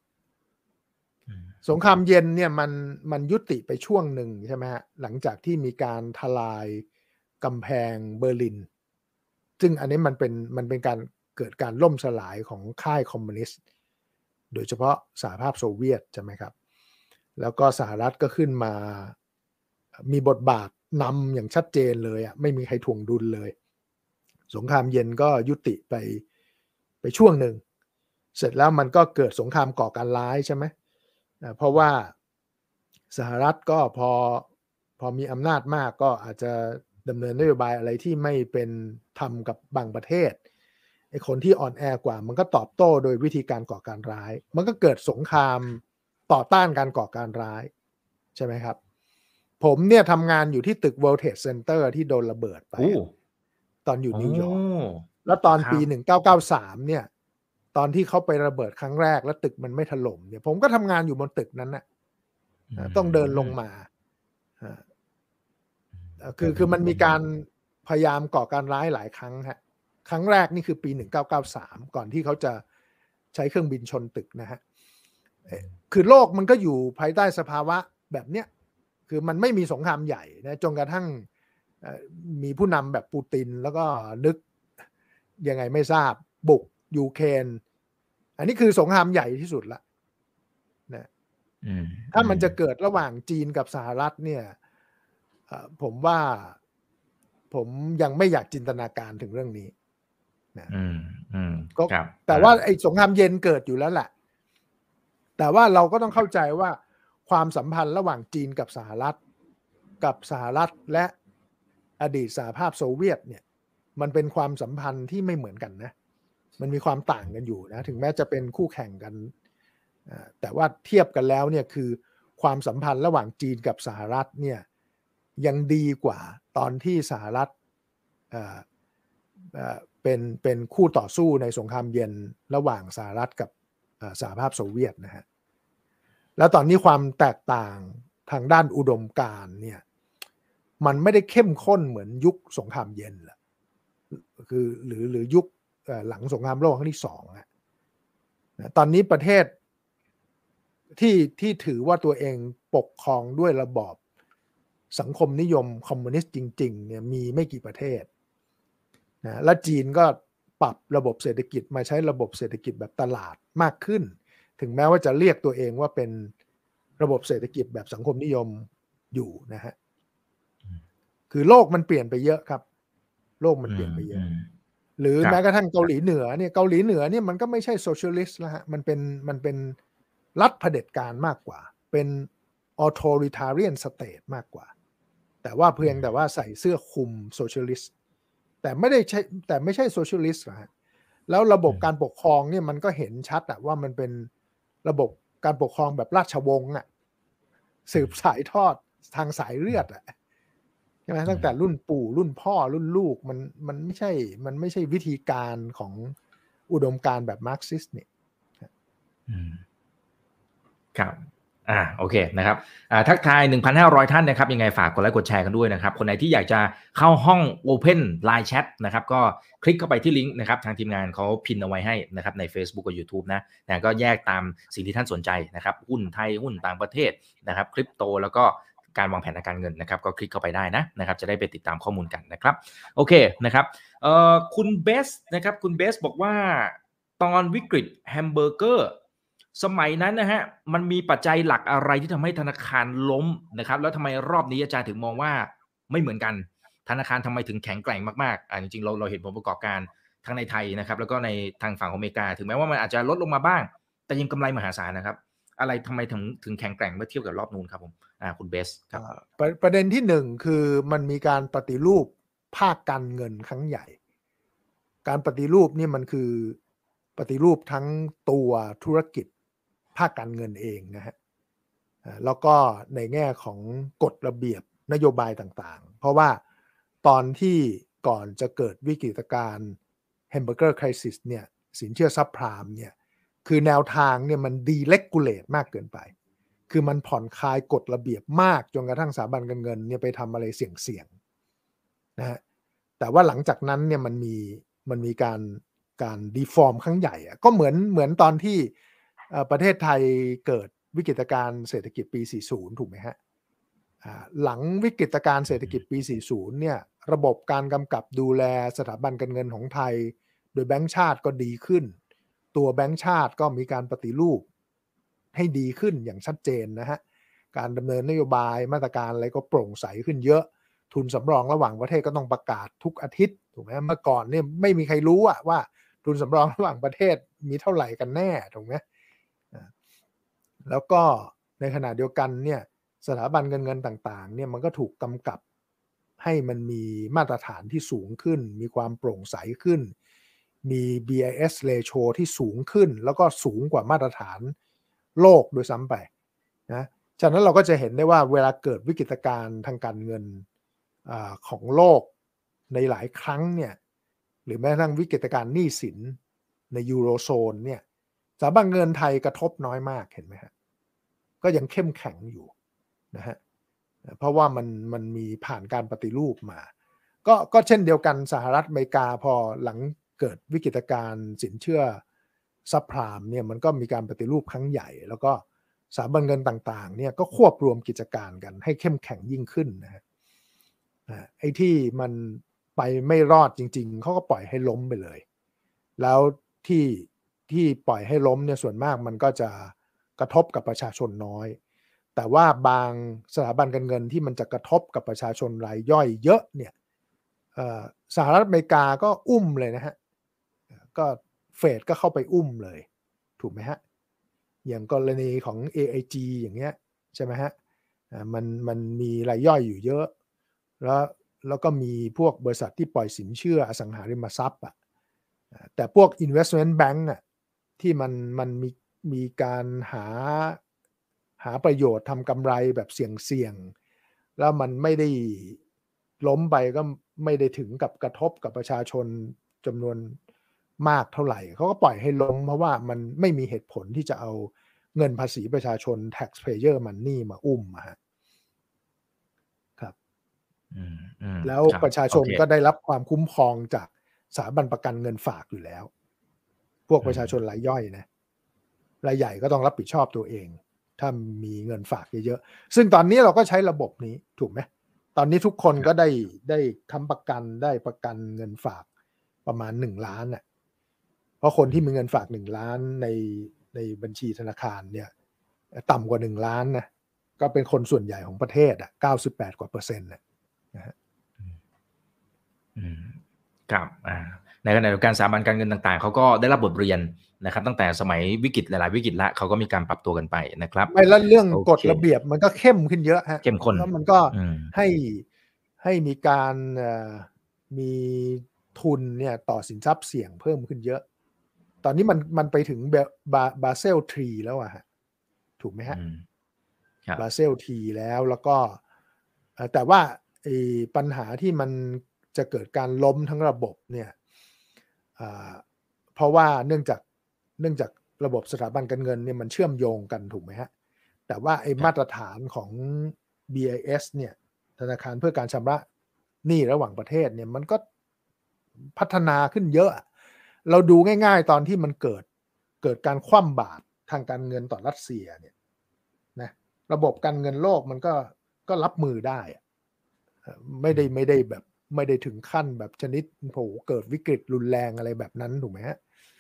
Speaker 2: สงครามเย็นเนี่ยมันมันยุติไปช่วงหนึ่งใช่ไหมฮะหลังจากที่มีการทลายกำแพงเบอร์ลินซึ่งอันนี้มันเป็นมันเป็นการเกิดการล่มสลายของค่ายคอมมิวนิสต์โดยเฉพาะสหภาพโซเวียตใช่ไหมครับแล้วก็สหรัฐก็ขึ้นมามีบทบาทนำอย่างชัดเจนเลยอ่ะไม่มีใครถ่วงดุลเลยสงครามเย็นก็ยุติไปไปช่วงหนึ่งเสร็จแล้วมันก็เกิดสงครามก่อการร้ายใช่ไหมเพราะว่าสหรัฐก็พอพอมีอำนาจมากก็อาจจะดำเนินนโยบายอะไรที่ไม่เป็นธรรมกับบางประเทศไอ้คนที่อ่อนแอกว่ามันก็ตอบโต้โดยวิธีการก่อการร้ายมันก็เกิดสงครามต่อต้านการก่อการร้ายใช่ไหมครับผมเนี่ยทำงานอยู่ที่ตึก World Trade Center ที่โดนระเบิดไปตอนอยู่นิวยอร์กแล้วตอนปีหนึ่งเก้าเก้าสามเนี่ยตอนที่เขาไประเบิดครั้งแรกแล้วตึกมันไม่ถล่มเนี่ยผมก็ทำงานอยู่บนตึกนั้นน่ะต้องเดินลงมาคือคือมันมีการพยายามก่อการร้ายหลายครั้งฮะครั้งแรกนี่คือปีหนึ่งเก้าเก้าสามก่อนที่เขาจะใช้เครื่องบินชนตึกนะฮะคือโลกมันก็อยู่ภายใต้สภาวะแบบเนี้ยคือมันไม่มีสงครามใหญ่นะจนกระทั่งมีผู้นำแบบปูตินแล้วก็นึกยังไงไม่ทราบบุกยูเครนอันนี้คือสงครามใหญ่ที่สุดละนะถ้ามันจะเกิดระหว่างจีนกับสหรัฐเนี่ยผมว่าผมยังไม่อยากจินตนาการถึงเรื่องนี้นะก็แต่ว่าไอ้สงครามเย็นเกิดอยู่แล้วแหละแต่ว่าเราก็ต้องเข้าใจว่าความสัมพันธ์ระหว่างจีนกับสหรัฐกับสหรัฐและอดีตสหภาพโซเวียตเนี่ยมันเป็นความสัมพันธ์ที่ไม่เหมือนกันนะมันมีความต่างกันอยู่นะถึงแม้จะเป็นคู่แข่งกันแต่ว่าเทียบกันแล้วเนี่ยคือความสัมพันธ์ระหว่างจีนกับสหรัฐเนี่ยยังดีกว่าตอนที่สหรัฐเป็นเป็นคู่ต่อสู้ในสงครามเย็นระหว่างสหรัฐกับสหภาพโซเวียตนะฮะแล้วตอนนี้ความแตกต่างทางด้านอุดมการณ์เนี่ยมันไม่ได้เข้มข้นเหมือนยุคสงครามเย็นละคือหรือหรือยุคหลังสงครามโลกครั้งที่สองอะตอนนี้ประเทศที่ที่ถือว่าตัวเองปกครองด้วยระบอบสังคมนิยมคอมมิวนิสต์จริงๆเนี่ยมีไม่กี่ประเทศนะและจีนก็ปรับระบบเศรษฐกิจมาใช้ระบบเศรษฐกิจแบบตลาดมากขึ้นถึงแม้ว่าจะเรียกตัวเองว่าเป็นระบบเศรษฐกิจแบบสังคมนิยมอยู่นะฮะคือโลกมันเปลี่ยนไปเยอะครับโลกมันเปลี่ยนไปเยอะหรือแม้กระทั่งเกาหลีเหนือเนี่ยเกาหลีเหนือเนี่ยมันก็ไม่ใช่โซเชียลิสต์แล้วฮะมันเป็นมันเป็นรัฐเผด็จการมากกว่าเป็นออโตริทาเรียนสเตทมากกว่าแต่ว่าเพียงแต่ว่าใส่เสื้อคลุมโซเชียลิสต์แต่ไม่ได้ใช่แต่ไม่ใช่โซเชียลิสต์นะฮะแล้วระบบการปกครองเนี่ยมันก็เห็นชัดอะว่ามันเป็นระบบการปกครองแบบราชวงศ์อะสืบสายทอดทางสายเลือดอะใช่ไหมตั้งแต่รุ่นปู่รุ่นพ่อรุ่นลูกมันมันไม่ใช่มันไม่ใช่วิธีการของอุดมการณ์แบบมาร์กซิสต์เนี่ย
Speaker 1: ครับอ่าโอเคนะครับอ่าทักทาย หนึ่งพันห้าร้อย ท่านนะครับยังไงฝากกดไลค์กดแชร์กันด้วยนะครับคนไหนที่อยากจะเข้าห้อง Open ไลน์ Chat นะครับก็คลิกเข้าไปที่ลิงก์นะครับทางทีมงานเขาพินเอาไว้ให้นะครับใน Facebook กับ YouTube นะนะก็แยกตามสิ่งที่ท่านสนใจนะครับหุ้นไทยหุ้นต่างประเทศนะครับคริปโตแล้วก็การวางแผนทางการเงินนะครับก็คลิกเข้าไปได้นะนะครับจะได้ไปติดตามข้อมูลกันนะครับโอเคนะครับเอ่อคุณเบสนะครับคุณเบสบอกว่าตอนวิกฤตแฮมเบอร์เกอร์สมัยนั้นนะฮะมันมีปัจจัยหลักอะไรที่ทำให้ธนาคารล้มนะครับแล้วทำไมรอบนี้อาจารย์ถึงมองว่าไม่เหมือนกันธนาคารทำไมถึงแข็งแกร่งมากๆอ่าจริงๆเราเราเห็นผลประกอบการทั้งในไทยนะครับแล้วก็ในทางฝั่งของอเมริกาถึงแม้ว่ามันอาจจะลดลงมาบ้างแต่ยังกำไรมหาศาลนะครับอะไรทำไมถึงถึงแข็งแกร่งเมื่อเทียบกับรอบนู้นครับผมอ่าคุณเบสครับ
Speaker 2: ประประเด็นที่หนึ่งคือมันมีการปฏิรูปภาคการเงินครั้งใหญ่การปฏิรูปนี่มันคือปฏิรูปทั้งตัวธุรกิจภาคการเงินเองนะฮะแล้วก็ในแง่ของกฎระเบียบนโยบายต่างๆเพราะว่าตอนที่ก่อนจะเกิดวิกฤตการณ์แฮมเบอร์เกอร์ไครซิสเนี่ยสินเชื่อซับไพรามเนี่ยคือแนวทางเนี่ยมันดีเลกูเลตมากเกินไปคือมันผ่อนคลายกฎระเบียบมากจนกระทั่งสถาบันการเงินเนี่ยไปทำอะไรเสี่ยงๆนะฮะแต่ว่าหลังจากนั้นเนี่ยมันมีมันมีการการดีฟอร์มครั้งใหญ่ก็เหมือนเหมือนตอนที่ประเทศไทยเกิดวิกฤตการณ์เศรษฐกิจปีสี่สิบถูกไหมฮะหลังวิกฤตการณ์เศรษฐกิจปีสี่สิบเนี่ยระบบการกำกับดูแลสถาบันการเงินของไทยโดยแบงก์ชาติก็ดีขึ้นตัวแบงก์ชาติก็มีการปฏิรูปให้ดีขึ้นอย่างชัดเจนนะฮะการดำเนินนโยบายมาตรการอะไรก็โปร่งใสขึ้นเยอะทุนสำรองระหว่างประเทศก็ต้องประกาศทุกอาทิตย์ถูกไหมเมื่อก่อนเนี่ยไม่มีใครรู้อะว่าทุนสำรองระหว่างประเทศมีเท่าไหร่กันแน่ถูกไหมแล้วก็ในขณะเดียวกันเนี่ยสถาบันการเงินต่างๆเนี่ยมันก็ถูกกำกับให้มันมีมาตรฐานที่สูงขึ้นมีความโปร่งใสขึ้นมี บี ไอ เอส ratio ที่สูงขึ้นแล้วก็สูงกว่ามาตรฐานโลกโดยซ้ำไปนะฉะนั้นเราก็จะเห็นได้ว่าเวลาเกิดวิกฤตการณ์ทางการเงินอาของโลกในหลายครั้งเนี่ยหรือแม้กระทั่งวิกฤตการณ์หนี้สินในยูโรโซนเนี่ยสถาบันเงินไทยกระทบน้อยมากเห็นไหมฮะก็ยังเข้มแข็งอยู่นะฮะเพราะว่ามันมันมีผ่านการปฏิรูปมาก็ก็เช่นเดียวกันสหรัฐอเมริกาพอหลังเกิดวิกฤตการณ์สินเชื่อซับไพรม์เนี่ยมันก็มีการปฏิรูปครั้งใหญ่แล้วก็สถาบันเงินต่างๆเนี่ยก็ควบรวมกิจการกันให้เข้มแข็งยิ่งขึ้นนะฮะไอ้ที่มันไปไม่รอดจริงๆเขาก็ปล่อยให้ล้มไปเลยแล้วที่ที่ปล่อยให้ล้มเนี่ยส่วนมากมันก็จะกระทบกับประชาชนน้อยแต่ว่าบางสถาบันการเงินที่มันจะกระทบกับประชาชนรายย่อยเยอะเนี่ยสหรัฐอเมริกาก็อุ้มเลยนะฮะก็เฟดก็เข้าไปอุ้มเลยถูกไหมฮะอย่างกรณีของ เอ ไอ จี อย่างเงี้ยใช่ไหมฮะมันมันมีรายย่อยอยู่เยอะแล้วแล้วก็มีพวกบริษัทที่ปล่อยสินเชื่ออสังหาริมทรัพย์อ่ะแต่พวก investment bank อ่ะที่มันมันมีมีการหาหาประโยชน์ทำกำไรแบบเสี่ยงๆแล้วมันไม่ได้ล้มไปก็ไม่ได้ถึงกับกระทบกับประชาชนจำนวนมากเท่าไหร่เขาก็ปล่อยให้ล้มเพราะว่ามันไม่มีเหตุผลที่จะเอาเงินภาษีประชาชน taxpayer money มาอุ้มมาครับแล้วประชาชนก็ได้รับความคุ้มครองจากสถาบันประกันเงินฝากอยู่แล้วพวกประชาชนรายย่อยนะรายใหญ่ก็ต้องรับผิดชอบตัวเองถ้ามีเงินฝากเยอะๆซึ่งตอนนี้เราก็ใช้ระบบนี้ถูกไหมตอนนี้ทุกคนก็ได้ได้ค้ำประกันได้ประกันเงินฝากประมาณหนึ่งล้านน่ะเพราะคนที่มีเงินฝากหนึ่งล้านในในบัญชีธนาคารเนี่ยต่ำกว่าหนึ่งล้านนะก็เป็นคนส่วนใหญ่ของประเทศอ่ะเก้าสิบแปดกว่าเปอร์เซ็นต์นะฮะ
Speaker 1: อืมครับอ่าในขณะเดียวกันสถาบันการเงินต่างๆเขาก็ได้รับบทเรียนนะครับตั้งแต่สมัยวิกฤตหลายๆวิกฤตละเขาก็มีการปรับตัวกันไปนะครับ
Speaker 2: ไม่แล้วเรื่องกฎระเบียบมันก็เข้มขึ้นเยอะฮะ
Speaker 1: เข้มข้น
Speaker 2: แล้วมันก็ให้ให้มีการมีทุนเนี่ยต่อสินทรัพย์เสี่ยงเพิ่มขึ้นเยอะตอนนี้มันมันไปถึงบาบาเซลสามแล้วอะฮะถูกไหมฮะบาเซลสามแล้วแล้วก็แต่ว่าปัญหาที่มันจะเกิดการล้มทั้งระบบเนี่ยเพราะว่าเนื่องจากเนื่องจากระบบสถาบันการเงินเนี่ยมันเชื่อมโยงกันถูกไหมฮะแต่ว่าไอ้มาตรฐานของ บี ไอ เอส เนี่ยธนาคารเพื่อการชำระหนี้ระหว่างประเทศเนี่ยมันก็พัฒนาขึ้นเยอะเราดูง่ายๆตอนที่มันเกิดเกิดการคว่ำบาตรทางการเงินต่อรัสเซียเนี่ยนะระบบการเงินโลกมันก็ก็รับมือได้ไม่ได้ไม่ได้แบบไม่ได้ถึงขั้นแบบชนิดโหเกิดวิกฤตรุนแรงอะไรแบบนั้นถูกไหมฮะ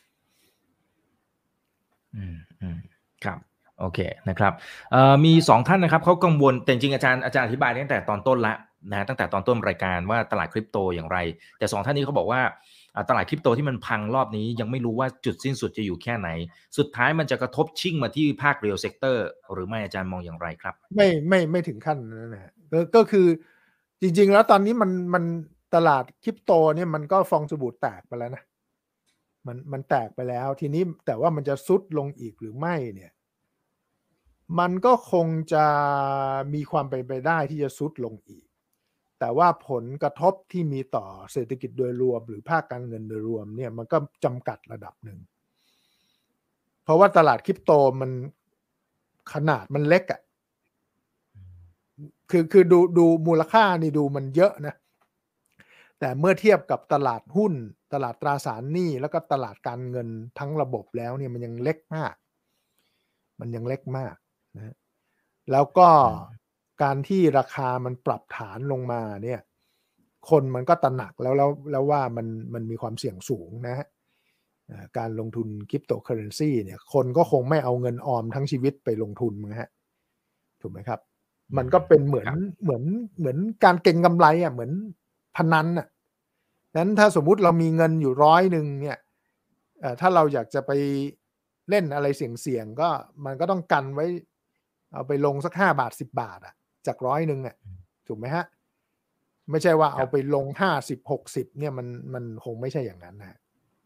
Speaker 1: อืมอืมครับโอเคนะครับเอ่อมีสองท่านนะครับเขากังวลแต่จริงอาจารย์อาจารย์อธิบายตั้งแต่ตอนต้นละนะตั้งแต่ตอนต้นรายการว่าตลาดคริปโตอย่างไรแต่สองท่านนี้เขาบอกว่าตลาดคริปโตที่มันพังรอบนี้ยังไม่รู้ว่าจุดสิ้นสุดจะอยู่แค่ไหนสุดท้ายมันจะกระทบชิ่งมาที่ภาค Real Sector หรือไม่อาจารย์มองอย่างไรครับ
Speaker 2: ไม่ไม่ไม่ถึงขั้นนั้นนะฮะก็คือจริงๆแล้วตอนนี้มันมันตลาดคริปโตเนี่ยมันก็ฟองสบู่แตกไปแล้วนะมันมันแตกไปแล้วทีนี้แต่ว่ามันจะซุดลงอีกหรือไม่เนี่ยมันก็คงจะมีความเป็นไปได้ที่จะซุดลงอีกแต่ว่าผลกระทบที่มีต่อเศรษฐกิจโดยรวมหรือภาคการเงินโดยรวมเนี่ยมันก็จำกัดระดับหนึ่งเพราะว่าตลาดคริปโตมันขนาดมันเล็กอะคือคือดูดูมูลค่านี่ดูมันเยอะนะแต่เมื่อเทียบกับตลาดหุ้นตลาดตราสารหนี้แล้วก็ตลาดการเงินทั้งระบบแล้วเนี่ยมันยังเล็กมากมันยังเล็กมากนะแล้วก็การที่ราคามันปรับฐานลงมาเนี่ยคนมันก็ตระหนักแล้วแล้วแล้วว่ามันมันมีความเสี่ยงสูงนะฮะการลงทุนคริปโตเคอเรนซีเนี่ยคนก็คงไม่เอาเงินออมทั้งชีวิตไปลงทุนมั้งฮะถูกไหมครับมันก็เป็นเหมือนเหมือนเหมือนการเก็งกำไรอ่ะเหมือนพนันอ่ะนั้นถ้าสมมุติเรามีเงินอยู่ร้อยหนึ่งเนี่ยถ้าเราอยากจะไปเล่นอะไรเสี่ยงๆก็มันก็ต้องกันไว้เอาไปลงสักห้าบาทสิบบาทอะจากร้อยหนึ่งอะถูกไหมฮะไม่ใช่ว่าเอาไปลงห้าสิบหกสิบเนี่ยมันมันคงไม่ใช่อย่างนั้นนะ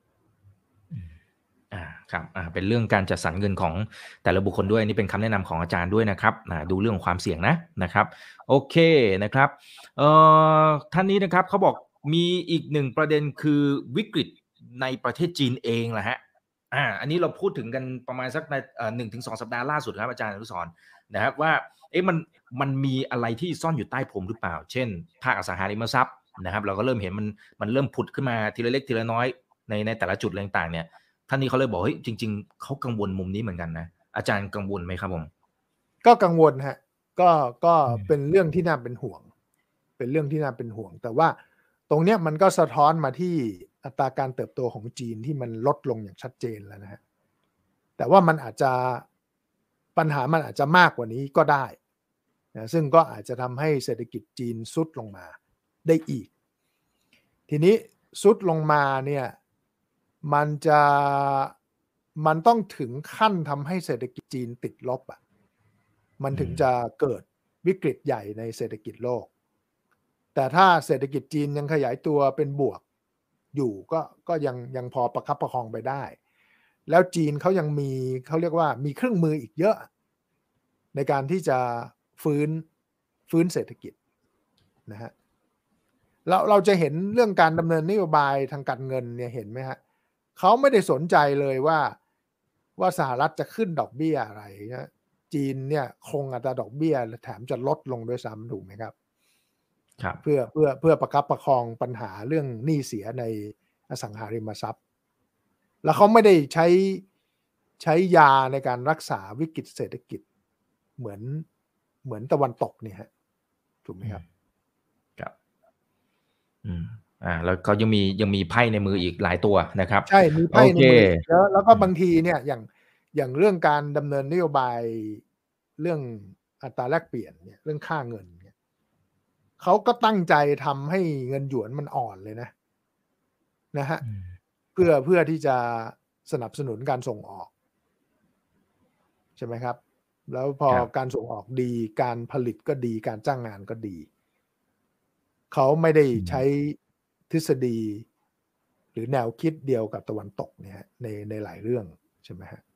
Speaker 1: อ่าครับอ่าเป็นเรื่องการจัดสรรเงินของแต่ละบุคคลด้วยนี่เป็นคำแนะนำของอาจารย์ด้วยนะครับอ่าดูเรื่องของความเสี่ยงนะนะครับโอเคนะครับเอ่อท่านนี้นะครับเขาบอกมีอีกหนึ่งประเด็นคือวิกฤตในประเทศจีนเองแหละฮะอ่าอันนี้เราพูดถึงกันประมาณสักในเอ่อหนึ่งถึงสองสัปดาห์ล่าสุดครับอาจารย์อนุสรณ์นะครับว่าเอ๊ะมันมันมีอะไรที่ซ่อนอยู่ใต้พรมหรือเปล่าเช่นภาคอสังหาริมทรัพย์นะครับเราก็เริ่มเห็นมันมันเริ่มผุดขึ้นมาทีละเล็กทีละน้อยในในแต่ละจุดอะไรต่างๆเนี่ย ท่านนี้เขาเลยบอกเฮ้ยจริงๆเขากังวลมุมนี้เหมือนกันนะอาจารย์กังวลไหมครับผม
Speaker 2: ก็กังวลฮะก็ก็
Speaker 1: อืม
Speaker 2: เป็นเรื่องที่น่าเป็นห่วงเป็นเรื่องที่น่าเป็นห่วงแต่ว่าตรงเนี้ยมันก็สะท้อนมาที่อัตราการเติบโตของจีนที่มันลดลงอย่างชัดเจนแล้วนะฮะแต่ว่ามันอาจจะปัญหามันอาจจะมากกว่านี้ก็ได้นะซึ่งก็อาจจะทำให้เศรษฐกิจจีนซุดลงมาได้อีกทีนี้ซุดลงมาเนี่ยมันจะมันต้องถึงขั้นทำให้เศรษฐกิจจีนติดลบอ่ะมันถึงจะเกิดวิกฤตใหญ่ในเศรษฐกิจโลกแต่ถ้าเศรษฐกิจจีนยังขยายตัวเป็นบวกอยู่ก็ก็ยังยังพอประคับประคองไปได้แล้วจีนเขายังมีเขาเรียกว่ามีเครื่องมืออีกเยอะในการที่จะฟื้นฟื้นเศรษฐกิจนะฮะเราเราจะเห็นเรื่องการดำเนินนโยบายทางการเงินเนี่ยเห็นไหมฮะเขาไม่ได้สนใจเลยว่าว่าสหรัฐจะขึ้นดอกเบี้ยอะไรนะจีนเนี่ยคงอัตราดอกเบี้ยแถมจะลดลงด้วยซ้ำถูกไหมครับ
Speaker 1: ครับ
Speaker 2: เพื่อเพื่อเพื่อประคับประคองปัญหาเรื่องหนี้เสียในอสังหาริมทรัพย์แล้วเขาไม่ได้ใช้ใช้ยาในการรักษาวิกฤตเศรษฐกิจเหมือนเหมือนตะวันตกเนี่ยฮะถูกไหมครับ
Speaker 1: ครับอืมอ่าแล้วเขายังมียังมีไพ่ในมืออีกหลายตัวนะครับ
Speaker 2: ใช่มี
Speaker 1: โอ
Speaker 2: ไพ่ใน
Speaker 1: เค
Speaker 2: มืออีกเยอะแล้วก็
Speaker 1: อืม
Speaker 2: บางทีเนี่ยอย่างอย่างเรื่องการดำเนินนโยบายเรื่องอัตราแลกเปลี่ยนเนี่ยเรื่องค่าเงินเนี่ยเขาก็ตั้งใจทำให้เงินหยวนมันอ่อนเลยนะนะฮะ
Speaker 1: อืม
Speaker 2: เพื่อเพื่อที่จะสนับสนุนการส่งออกใช่ไหมครับแล้วพอ
Speaker 1: ครับ
Speaker 2: การส่งออกดีการผลิตก็ดีการจ้างงานก็ดีเขาไม่ได้
Speaker 1: อืม
Speaker 2: ใช้ทฤษฎีหรือแนวคิดเดียวกับตะวันตกเนี่ยในในหลายเรื่องใช่ไหมฮะ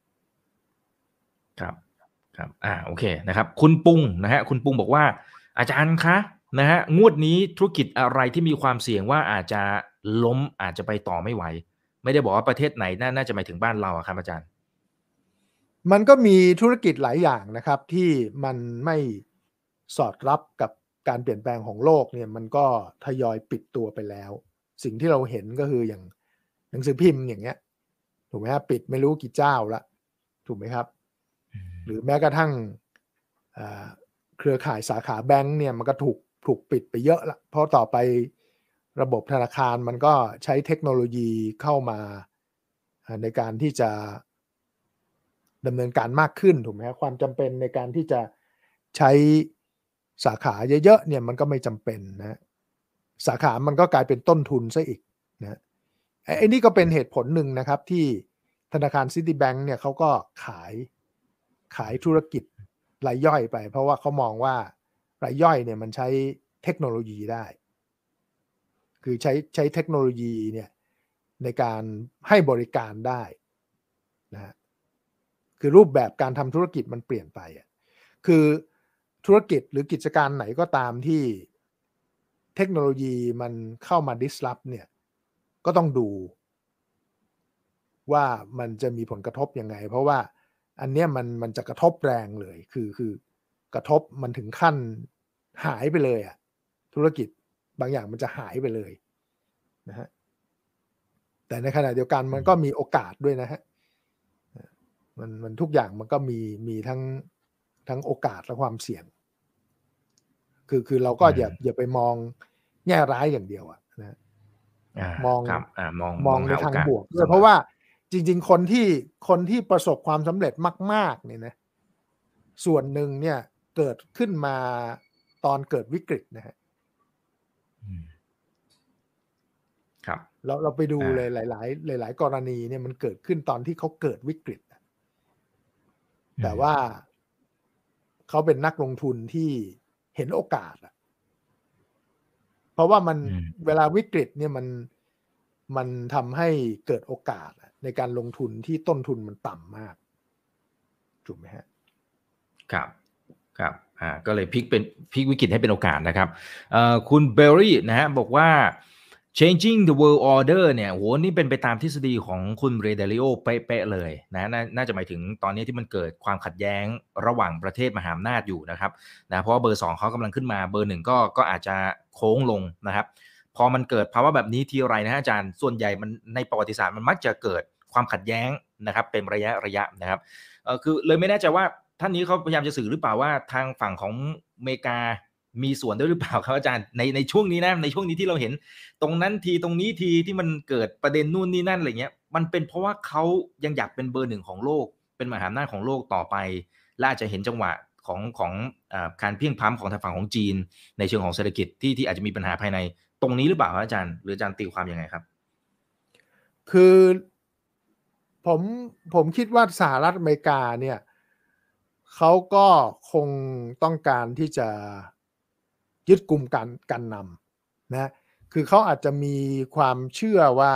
Speaker 1: ครับครับอ่าโอเคนะครับคุณปุงนะฮะคุณปุงบอกว่าอาจารย์คะนะฮะงวดนี้ธุรกิจอะไรที่มีความเสี่ยงว่าอาจจะล้มอาจจะไปต่อไม่ไหวไม่ได้บอกว่าประเทศไหนน่าน่าจะหมายถึงบ้านเราอะครับอาจารย์
Speaker 2: มันก็มีธุรกิจหลายอย่างนะครับที่มันไม่สอดรับกับการเปลี่ยนแปลงของโลกเนี่ยมันก็ทยอยปิดตัวไปแล้วสิ่งที่เราเห็นก็คืออย่างหนังสือพิมพ์อย่างเงี้ยถูกไหมครับปิดไม่รู้กี่เจ้าละถูกไหมครับหรือแม้กระทั่งเครือข่ายสาขาแบงก์เนี่ยมันก็ถูกถูกปิดไปเยอะละเพราะต่อไประบบธนาคารมันก็ใช้เทคโนโลยีเข้ามาในการที่จะดำเนินการมากขึ้นถูกไหมครับความจำเป็นในการที่จะใช้สาขาเยอะๆเนี่ยมันก็ไม่จำเป็นนะสาขามันก็กลายเป็นต้นทุนซะอีกนะไอ้นี่ก็เป็นเหตุผลหนึ่งนะครับที่ธนาคารซิตี้แบงก์เนี่ยเขาก็ขายขายธุรกิจรายย่อยไปเพราะว่าเขามองว่ารายย่อยเนี่ยมันใช้เทคโนโลยีได้คือใช้ใช้เทคโนโลยีเนี่ยในการให้บริการได้นะฮะคือรูปแบบการทำธุรกิจมันเปลี่ยนไปอ่ะคือธุรกิจหรือกิจการไหนก็ตามที่เทคโนโลยีมันเข้ามา disrupt เนี่ยก็ต้องดูว่ามันจะมีผลกระทบยังไงเพราะว่าอันเนี้ยมันมันจะกระทบแรงเลยคือคือกระทบมันถึงขั้นหายไปเลยอ่ะธุรกิจบางอย่างมันจะหายไปเลยนะฮะแต่ในขณะเดียวกันมันก็มีโอกาสด้วยนะฮะมันมันทุกอย่างมันก็มีมีทั้งทั้งโอกาสและความเสี่ยงคือคือเราก็อย่าอย่าไปมองแง่ร้ายอย่างเดียวอะนะ
Speaker 1: อ่าม
Speaker 2: อง
Speaker 1: ครับอ่ามอง
Speaker 2: มองใน
Speaker 1: มองหาโอกาส
Speaker 2: ทางบวกด้
Speaker 1: เสมอ
Speaker 2: วยเพราะว่าจริงๆคนที่คนที่ประสบความสำเร็จมากๆเนี่ยนะส่วนหนึ่งเนี่ยเกิดขึ้นมาตอนเกิดวิกฤตนะฮะ
Speaker 1: อืมครับ
Speaker 2: เราเราไปดู
Speaker 1: อา
Speaker 2: เลยหลายๆหลายๆกรณีเนี่ยมันเกิดขึ้นตอนที่เขาเกิดวิกฤตแต่
Speaker 1: อืม
Speaker 2: ว่าเขาเป็นนักลงทุนที่เห็นโอกาสอะเพราะว่ามันเวลาวิกฤตเนี่ยมันมันทำให้เกิดโอกาสในการลงทุนที่ต้นทุนมันต่ำมากถูกไหมฮะ
Speaker 1: ครับครับอ่าก็เลยพลิกเป็นพลิกวิกฤตให้เป็นโอกาสนะครับเอ่อคุณเบลลี่นะฮะบอกว่า changing the world order เนี่ยโหนี่เป็นไปตามทฤษฎีของคุณเรเดลิโอเป๊ะๆเลยนะนน่าจะหมายถึงตอนนี้ที่มันเกิดความขัดแย้งระหว่างประเทศมหาอำนาจอยู่นะครับนะเพราะว่าเบอร์สองเขากำลังขึ้นมาเบอร์หนึ่งก็ก็อาจจะโค้งลงนะครับพอมันเกิดภาวะแบบนี้ทีไรนะฮะอาจารย์ส่วนใหญ่มันในประวัติศาสตร์มันมักจะเกิดความขัดแย้งนะครับเป็นระยะระยะนะครับเออคือเลยไม่แน่ใจว่าท่านนี้เขาพยายามจะสื่อหรือเปล่าว่าทางฝั่งของอเมริกามีส่วนด้วยหรือเปล่าครับอาจารย์ในในช่วงนี้นะในช่วงนี้ที่เราเห็นตรงนั้นทีตรงนี้ทีที่มันเกิดประเด็นนู่นนี่นั่นอะไรเงี้ยมันเป็นเพราะว่าเขายังอยากเป็นเบอร์หนึ่งของโลกเป็นมหาอำนาจของโลกต่อไปและอาจจะเห็นจังหวะของของอ่าการเพียงพล้ำของทางฝั่งของจีนในเชิงของเศรษฐกิจที่ที่อาจจะมีปัญหาภายในตรงนี้หรือเปล่าครับอาจารย์หรืออาจารย์ตีความยังไงครับ
Speaker 2: คือผมผมคิดว่าสหรัฐอเมริกาเนี่ยเขาก็คงต้องการที่จะยึดกลุ่มการการนำนะคือเขาอาจจะมีความเชื่อว่า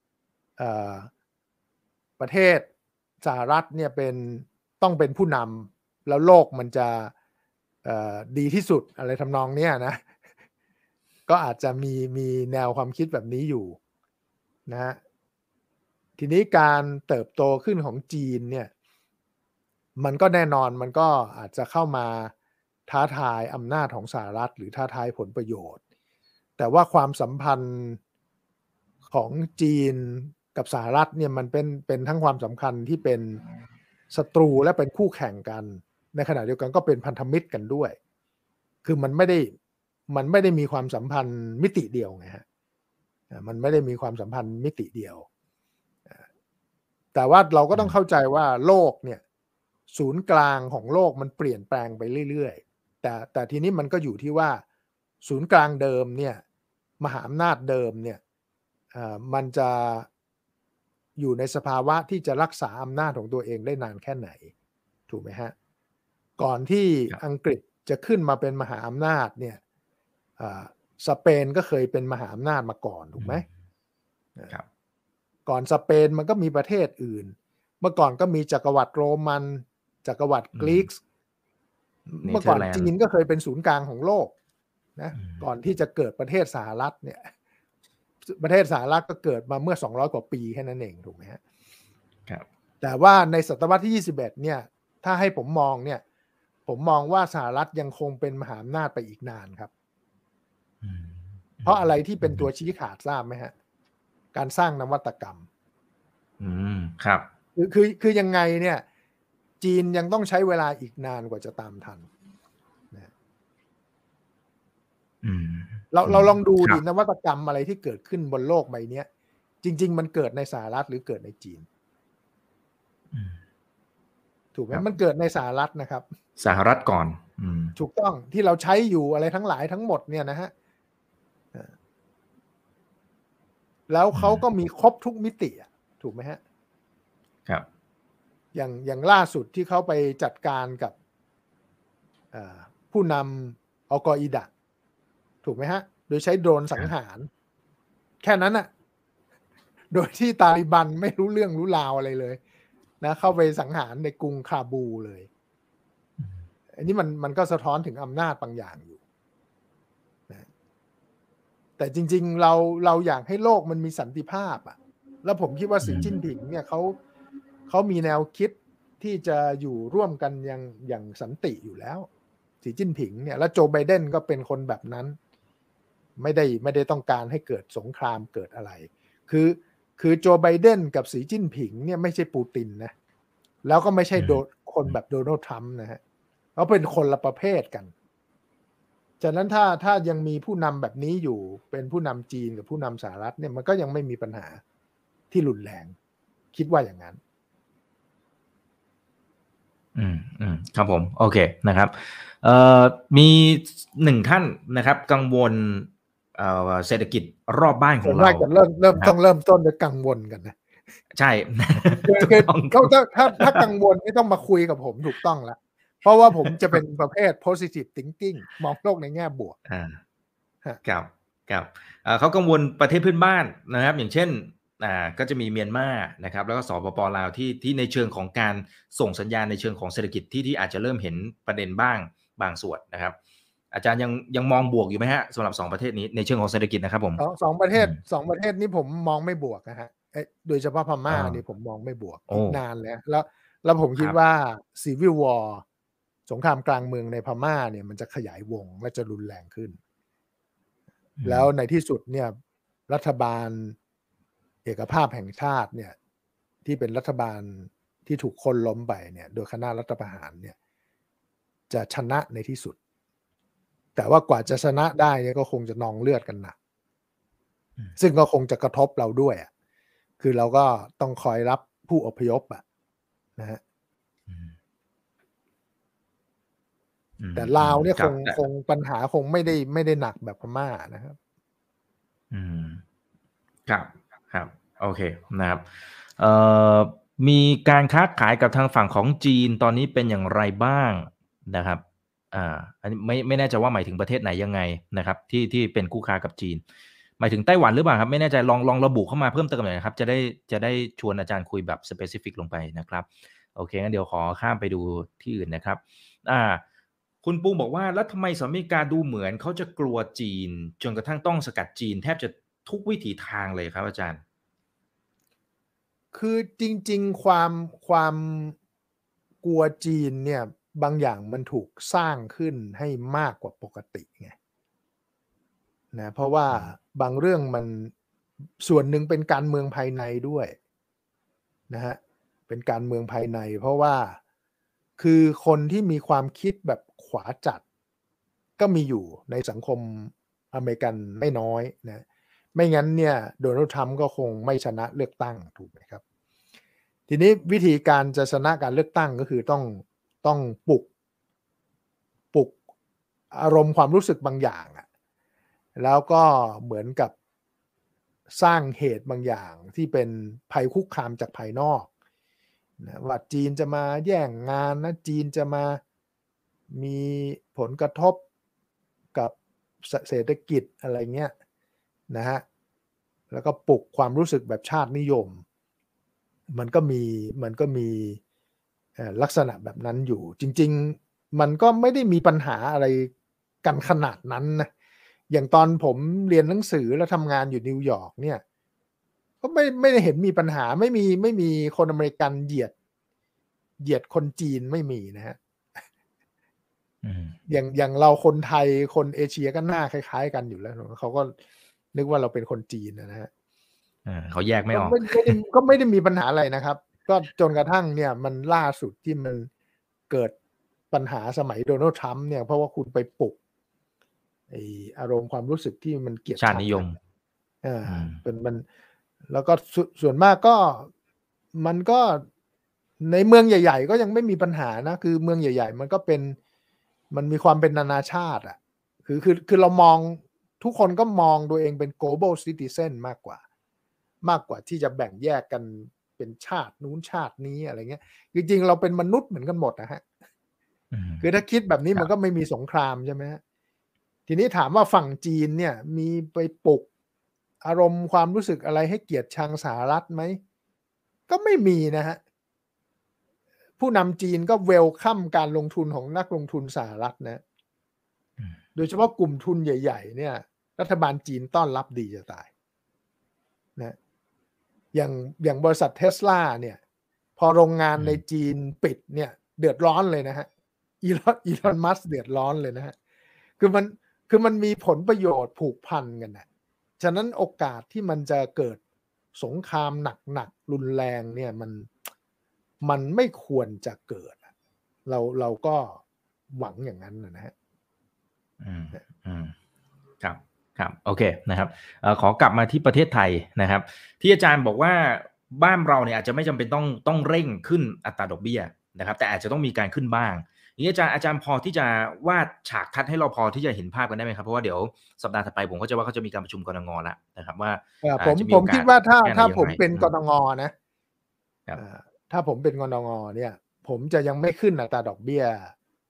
Speaker 2: ประเทศสหรัฐเนี่ยเป็นต้องเป็นผู้นำแล้วโลกมันจะดีที่สุดอะไรทำนองเนี้ยนะก็อาจจะมีมีแนวความคิดแบบนี้อยู่นะฮะทีนี้การเติบโตขึ้นของจีนเนี่ยมันก็แน่นอนมันก็อาจจะเข้ามาท้าทายอำนาจของสหรัฐหรือท้าทายผลประโยชน์แต่ว่าความสัมพันธ์ของจีนกับสหรัฐเนี่ยมันเป็นเป็นทั้งความสำคัญที่เป็นศัตรูและเป็นคู่แข่งกันในขณะเดียวกันก็เป็นพันธมิตรกันด้วยคือมันไม่ได้มันไม่ได้มีความสัมพันธ์มิติเดียวไงฮะมันไม่ได้มีความสัมพันธ์มิติเดียวแต่ว่าเราก็ต้องเข้าใจว่าโลกเนี่ยศูนย์กลางของโลกมันเปลี่ยนแปลงไปเรื่อยๆแต่แต่ทีนี้มันก็อยู่ที่ว่าศูนย์กลางเดิมเนี่ยมหาอำนาจเดิมเนี่ยมันจะอยู่ในสภาวะที่จะรักษาอำนาจของตัวเองได้นานแค่ไหนถูกไหมฮะก่อนที่อังกฤษจะขึ้นมาเป็นมหาอำนาจเนี่ยสเปนก็เคยเป็นมหาอำนาจมาก่อนถูกไหม
Speaker 1: ครับ
Speaker 2: ก่อนสเปนมันก็มีประเทศอื่นเมื่อก่อนก็มีจักรวรรดิโรมันจักรวรรดิกรีกเมื่อก่อนจีนก็เคยเป็นศูนย์กลางของโลกนะก่อนที่จะเกิดประเทศสหรัฐเนี่ยประเทศสหรัฐก็เกิดมาเมื่อสองร้อยกว่าปีแค่นั้นเองถูกไหมฮะ
Speaker 1: ครับ
Speaker 2: แต่ว่าในศตวรรษที่ยี่สิบเอ็ดเนี่ยถ้าให้ผมมองเนี่ยผมมองว่าสหรัฐยังคงเป็นมหาอำนาจไปอีกนานครับเพราะอะไรที่เป็นตัวชี้ขาดทราบไหมฮะการสร้างนวัตกรรม
Speaker 1: อืมครับ
Speaker 2: คือคือคือยังไงเนี่ยจีนยังต้องใช้เวลาอีกนานกว่าจะตามทันนะ
Speaker 1: อืม
Speaker 2: เราเราลองดูดินวัตกรรมอะไรที่เกิดขึ้นบนโลกใบนี้จริงๆมันเกิดในสหรัฐหรือเกิดในจีนถูกไหมมันเกิดในสหรัฐนะครับ
Speaker 1: สหรัฐก่อน
Speaker 2: ถูกต้องที่เราใช้อยู่อะไรทั้งหลายทั้งหมดเนี่ยนะฮะแล้วเขาก็มีครบทุกมิติถูกไหมฮะ
Speaker 1: ครับ
Speaker 2: อย่างอย่างล่าสุดที่เขาไปจัดการกับผู้นำอัลกออิดะถูกไหมฮะโดยใช้โดรนสังหารแค่นั้นน่ะโดยที่ตาลิบันไม่รู้เรื่องรู้ราวอะไรเลยนะเข้าไปสังหารในกรุงคาบูเลยอันนี้มันมันก็สะท้อนถึงอำนาจบางอย่างอยู่นะแต่จริงๆเราเราอยากให้โลกมันมีสันติภาพอ่ะแล้วผมคิดว่าสีจิ้นผิงเนี่ยเขาเขามีแนวคิดที่จะอยู่ร่วมกันอย่างอย่างสันติอยู่แล้วสีจิ้นผิงเนี่ยแล้วโจไบเดนก็เป็นคนแบบนั้นไม่ได้ไม่ได้ต้องการให้เกิดสงครามเกิดอะไรคือคือโจไบเดนกับสีจิ้นผิงเนี่ยไม่ใช่ปูตินนะแล้วก็ไม่ใช่โดคนแบบโดนัลด์ทรัมป์นะฮะเขาเป็นคนละประเภทกันฉะนั้นถ้าถ้ายังมีผู้นำแบบนี้อยู่เป็นผู้นำจีนกับผู้นำสหรัฐเนี่ยมันก็ยังไม่มีปัญหาที่รุนแรงคิดว่าอย่างนั้น
Speaker 1: อืมอืมครับผมโอเคนะครับเอ่อมีหนึ่งท่านนะครับกังวลเอ่อเศรษฐกิจรอบบ้านของเรา
Speaker 2: จะเริ่มเริ่มต้องเริ่มต้นด้วยกังวลกันนะ
Speaker 1: ใช่
Speaker 2: คือถ้าถ้าถ้ากังวลไม่ต้องมาคุยกับผมถูกต้องละเพราะว่าผมจะเป็นประเภท positive thinking มองโลกในแง่บวก
Speaker 1: อ่า
Speaker 2: ฮะ
Speaker 1: ครับครับเอ่อเขากังวลประเทศเพื่อนบ้านนะครับ อย่างเช่นอ่าก็จะมีเมียนมานะครับ แล้วก็สปปลาวที่ที่ในเชิงของการส่งสัญญาณในเชิงของเศรษฐกิจที่ที่อาจจะเริ่มเห็นประเด็นบ้างบางส่วนนะครับ อาจารย์ยังยังมองบวกอยู่ไหมฮะสำหรับสองประเทศนี้ในเชิงของเศรษฐกิจนะครับผม
Speaker 2: สองสองประเทศ
Speaker 1: อืม
Speaker 2: สองประเทศนี้ผมมองไม่บวกนะฮะเอ๊ะโดยเฉพาะพม่า
Speaker 1: อ่า
Speaker 2: นี่ผมมองไม่บวก
Speaker 1: โอ้
Speaker 2: อีกนานเลยแล้ว แล้วผม
Speaker 1: ค
Speaker 2: คิด
Speaker 1: รับ
Speaker 2: ว่า Civil War สงครามกลางเมืองในพม่าเนี่ยมันจะขยายวงและจะรุนแรงขึ้น
Speaker 1: อืม
Speaker 2: แล้วในที่สุดเนี่ยรัฐบาลเอกภาพแห่งชาติเนี่ยที่เป็นรัฐบาลที่ถูกคนล้มไปเนี่ยโดยคณะรัฐประหารเนี่ยจะชนะในที่สุด แต่ว่ากว่าจะชนะได้เนี่ยก็คงจะนองเลือดกันหนัก
Speaker 1: อืม
Speaker 2: ซึ่งก็คงจะกระทบเราด้วยอะคือเราก็ต้องคอยรับผู้อพยพอะนะฮะ
Speaker 1: อืมอืม
Speaker 2: แต่ลาวเนี่ย
Speaker 1: ค
Speaker 2: ครับ ง
Speaker 1: แต่
Speaker 2: คงปัญหาคงไม่ได้ไม่ได้หนักแบบพม่านะครับ
Speaker 1: อืม ครับครับโอเคนะครับเอ่อมีการค้าขายกับทางฝั่งของจีนตอนนี้เป็นอย่างไรบ้างนะครับอ่าอันนี้ไม่ไม่แน่ใจว่าหมายถึงประเทศไหนยังไงนะครับที่ที่เป็นคู่ค้ากับจีนหมายถึงไต้หวันหรือเปล่าครับไม่แน่ใจลองลองระบุเข้ามาเพิ่มเติมหน่อยนะครับจะได้จะได้ชวนอาจารย์คุยแบบ specific ลงไปนะครับโอเคงั้นเดี๋ยวขอข้ามไปดูที่อื่นนะครับอ่าคุณปูบอกว่าแล้วทำไมสหรัฐอเมริกาดูเหมือนเขาจะกลัวจีนจนกระทั่งต้องสกัดจีนแทบจะทุกวิถีทางเลยครับอาจารย์
Speaker 2: คือจริงๆความความกลัวจีนเนี่ยบางอย่างมันถูกสร้างขึ้นให้มากกว่าปกติไงนะเพราะว่า
Speaker 1: อืม
Speaker 2: บางเรื่องมันส่วนหนึ่งเป็นการเมืองภายในด้วยนะฮะเป็นการเมืองภายใน เพราะว่าคือคนที่มีความคิดแบบขวาจัด ก็มีอยู่ในสังคมอเมริกันไม่น้อยนะไม่งั้นเนี่ยโดนัลด์ทรัมป์ก็คงไม่ชนะเลือกตั้งถูกไหมครับทีนี้วิธีการจะชนะการเลือกตั้งก็คือต้องต้องปลุกปลุกอารมณ์ความรู้สึกบางอย่างอะแล้วก็เหมือนกับสร้างเหตุบางอย่างที่เป็นภัยคุกคามจากภายนอกนะว่าจีนจะมาแย่งงานนะจีนจะมามีผลกระทบกับเศรษฐกิจอะไรเงี้ยนะฮะแล้วก็ปลุกความรู้สึกแบบชาตินิยมมันก็มีมันก็มีลักษณะแบบนั้นอยู่จริงๆมันก็ไม่ได้มีปัญหาอะไรกันขนาดนั้นนะอย่างตอนผมเรียนหนังสือแล้วทำงานอยู่นิวยอร์กเนี่ยก็ไม่ไม่ได้เห็นมีปัญหาไม่มีไม่มีคนอเมริกันเหยียดเหยียดคนจีนไม่มีนะฮะอย่างอย่างเราคนไทยคนเอเชียก็หน้าคล้ายๆกันอยู่แล้วเขาก็นึกว่าเราเป็นคนจีนนะฮะ
Speaker 1: เขาแยกไม่ออก
Speaker 2: ก็ไม่ได้ก็ไม่ได้มีปัญหาอะไรนะครับก็จนกระทั่งเนี่ยมันล่าสุดที่มันเกิดปัญหาสมัยโดนัลด์ทรัมป์เนี่ยเพราะว่าคุณไปปลุกไออารมณ์ความรู้สึกที่มันเกลียดชัง
Speaker 1: ชาตินิยม
Speaker 2: อ่าเป็นมันแล้วก็ส่วนมากก็มันก็ในเมืองใหญ่ๆก็ยังไม่มีปัญหานะคือเมืองใหญ่ๆมันก็เป็นมันมีความเป็นนานาชาติอ่ะคือคือคือเรามองทุกคนก็มองตัวเองเป็น global citizen มากกว่ามากกว่าที่จะแบ่งแยกกันเป็นชาตินู้นชาตินี้อะไรเงี้ยจริงๆเราเป็นมนุษย์เหมือนกันหมดนะฮะคือถ้าคิดแบบนี้มันก็ไม่มีสงครามใช่ไหมฮะทีนี้ถามว่าฝั่งจีนเนี่ยมีไปปลุกอารมณ์ความรู้สึกอะไรให้เกลียดชังสหรัฐไหมก็ไม่มีนะฮะผู้นำจีนก็เวลคัมการลงทุนของนักลงทุนสหรัฐนะโดยเฉพาะกลุ่มทุนใหญ่ๆเนี่ยรัฐบาลจีนต้อนรับดีจะตายนะอย่างอย่างบริษัทเทสลาเนี่ยพอโรงงานในจีนปิดเนี่ยเดือดร้อนเลยนะฮะอีลอนอีลอนมัสก์เดือดร้อนเลยนะฮะคือมันคือมันมีผลประโยชน์ผูกพันกันนะฉะนั้นโอกาสที่มันจะเกิดสงครามหนักๆรุนแรงเนี่ยมันมันไม่ควรจะเกิดเราเราก็หวังอย่างนั้นนะฮะ
Speaker 1: อืมอืมครับครับโอเคนะครับเอ่อขอกลับมาที่ประเทศไทยนะครับที่อาจารย์บอกว่าบ้านเราเนี่ยอาจจะไม่จำเป็นต้องต้องเร่งขึ้นอัตราดอกเบี้ยนะครับแต่อาจจะต้องมีการขึ้นบ้างนี้อาจารย์อาจารย์พอที่จะวาดฉากทัดให้เราพอที่จะเห็นภาพกันได้ไหมครับเพราะว่าเดี๋ยวสัปดาห์ถัดไปผมก็จะว่าเขาจะมีการประชุมกนงแล้วนะครับว่า
Speaker 2: ผมผมคิดว่าถ้าถ้าผมเป็นกนงนะถ้าผมเป็นกนงเนี่ยผมจะยังไม่ขึ้นอัตราดอกเบี้ย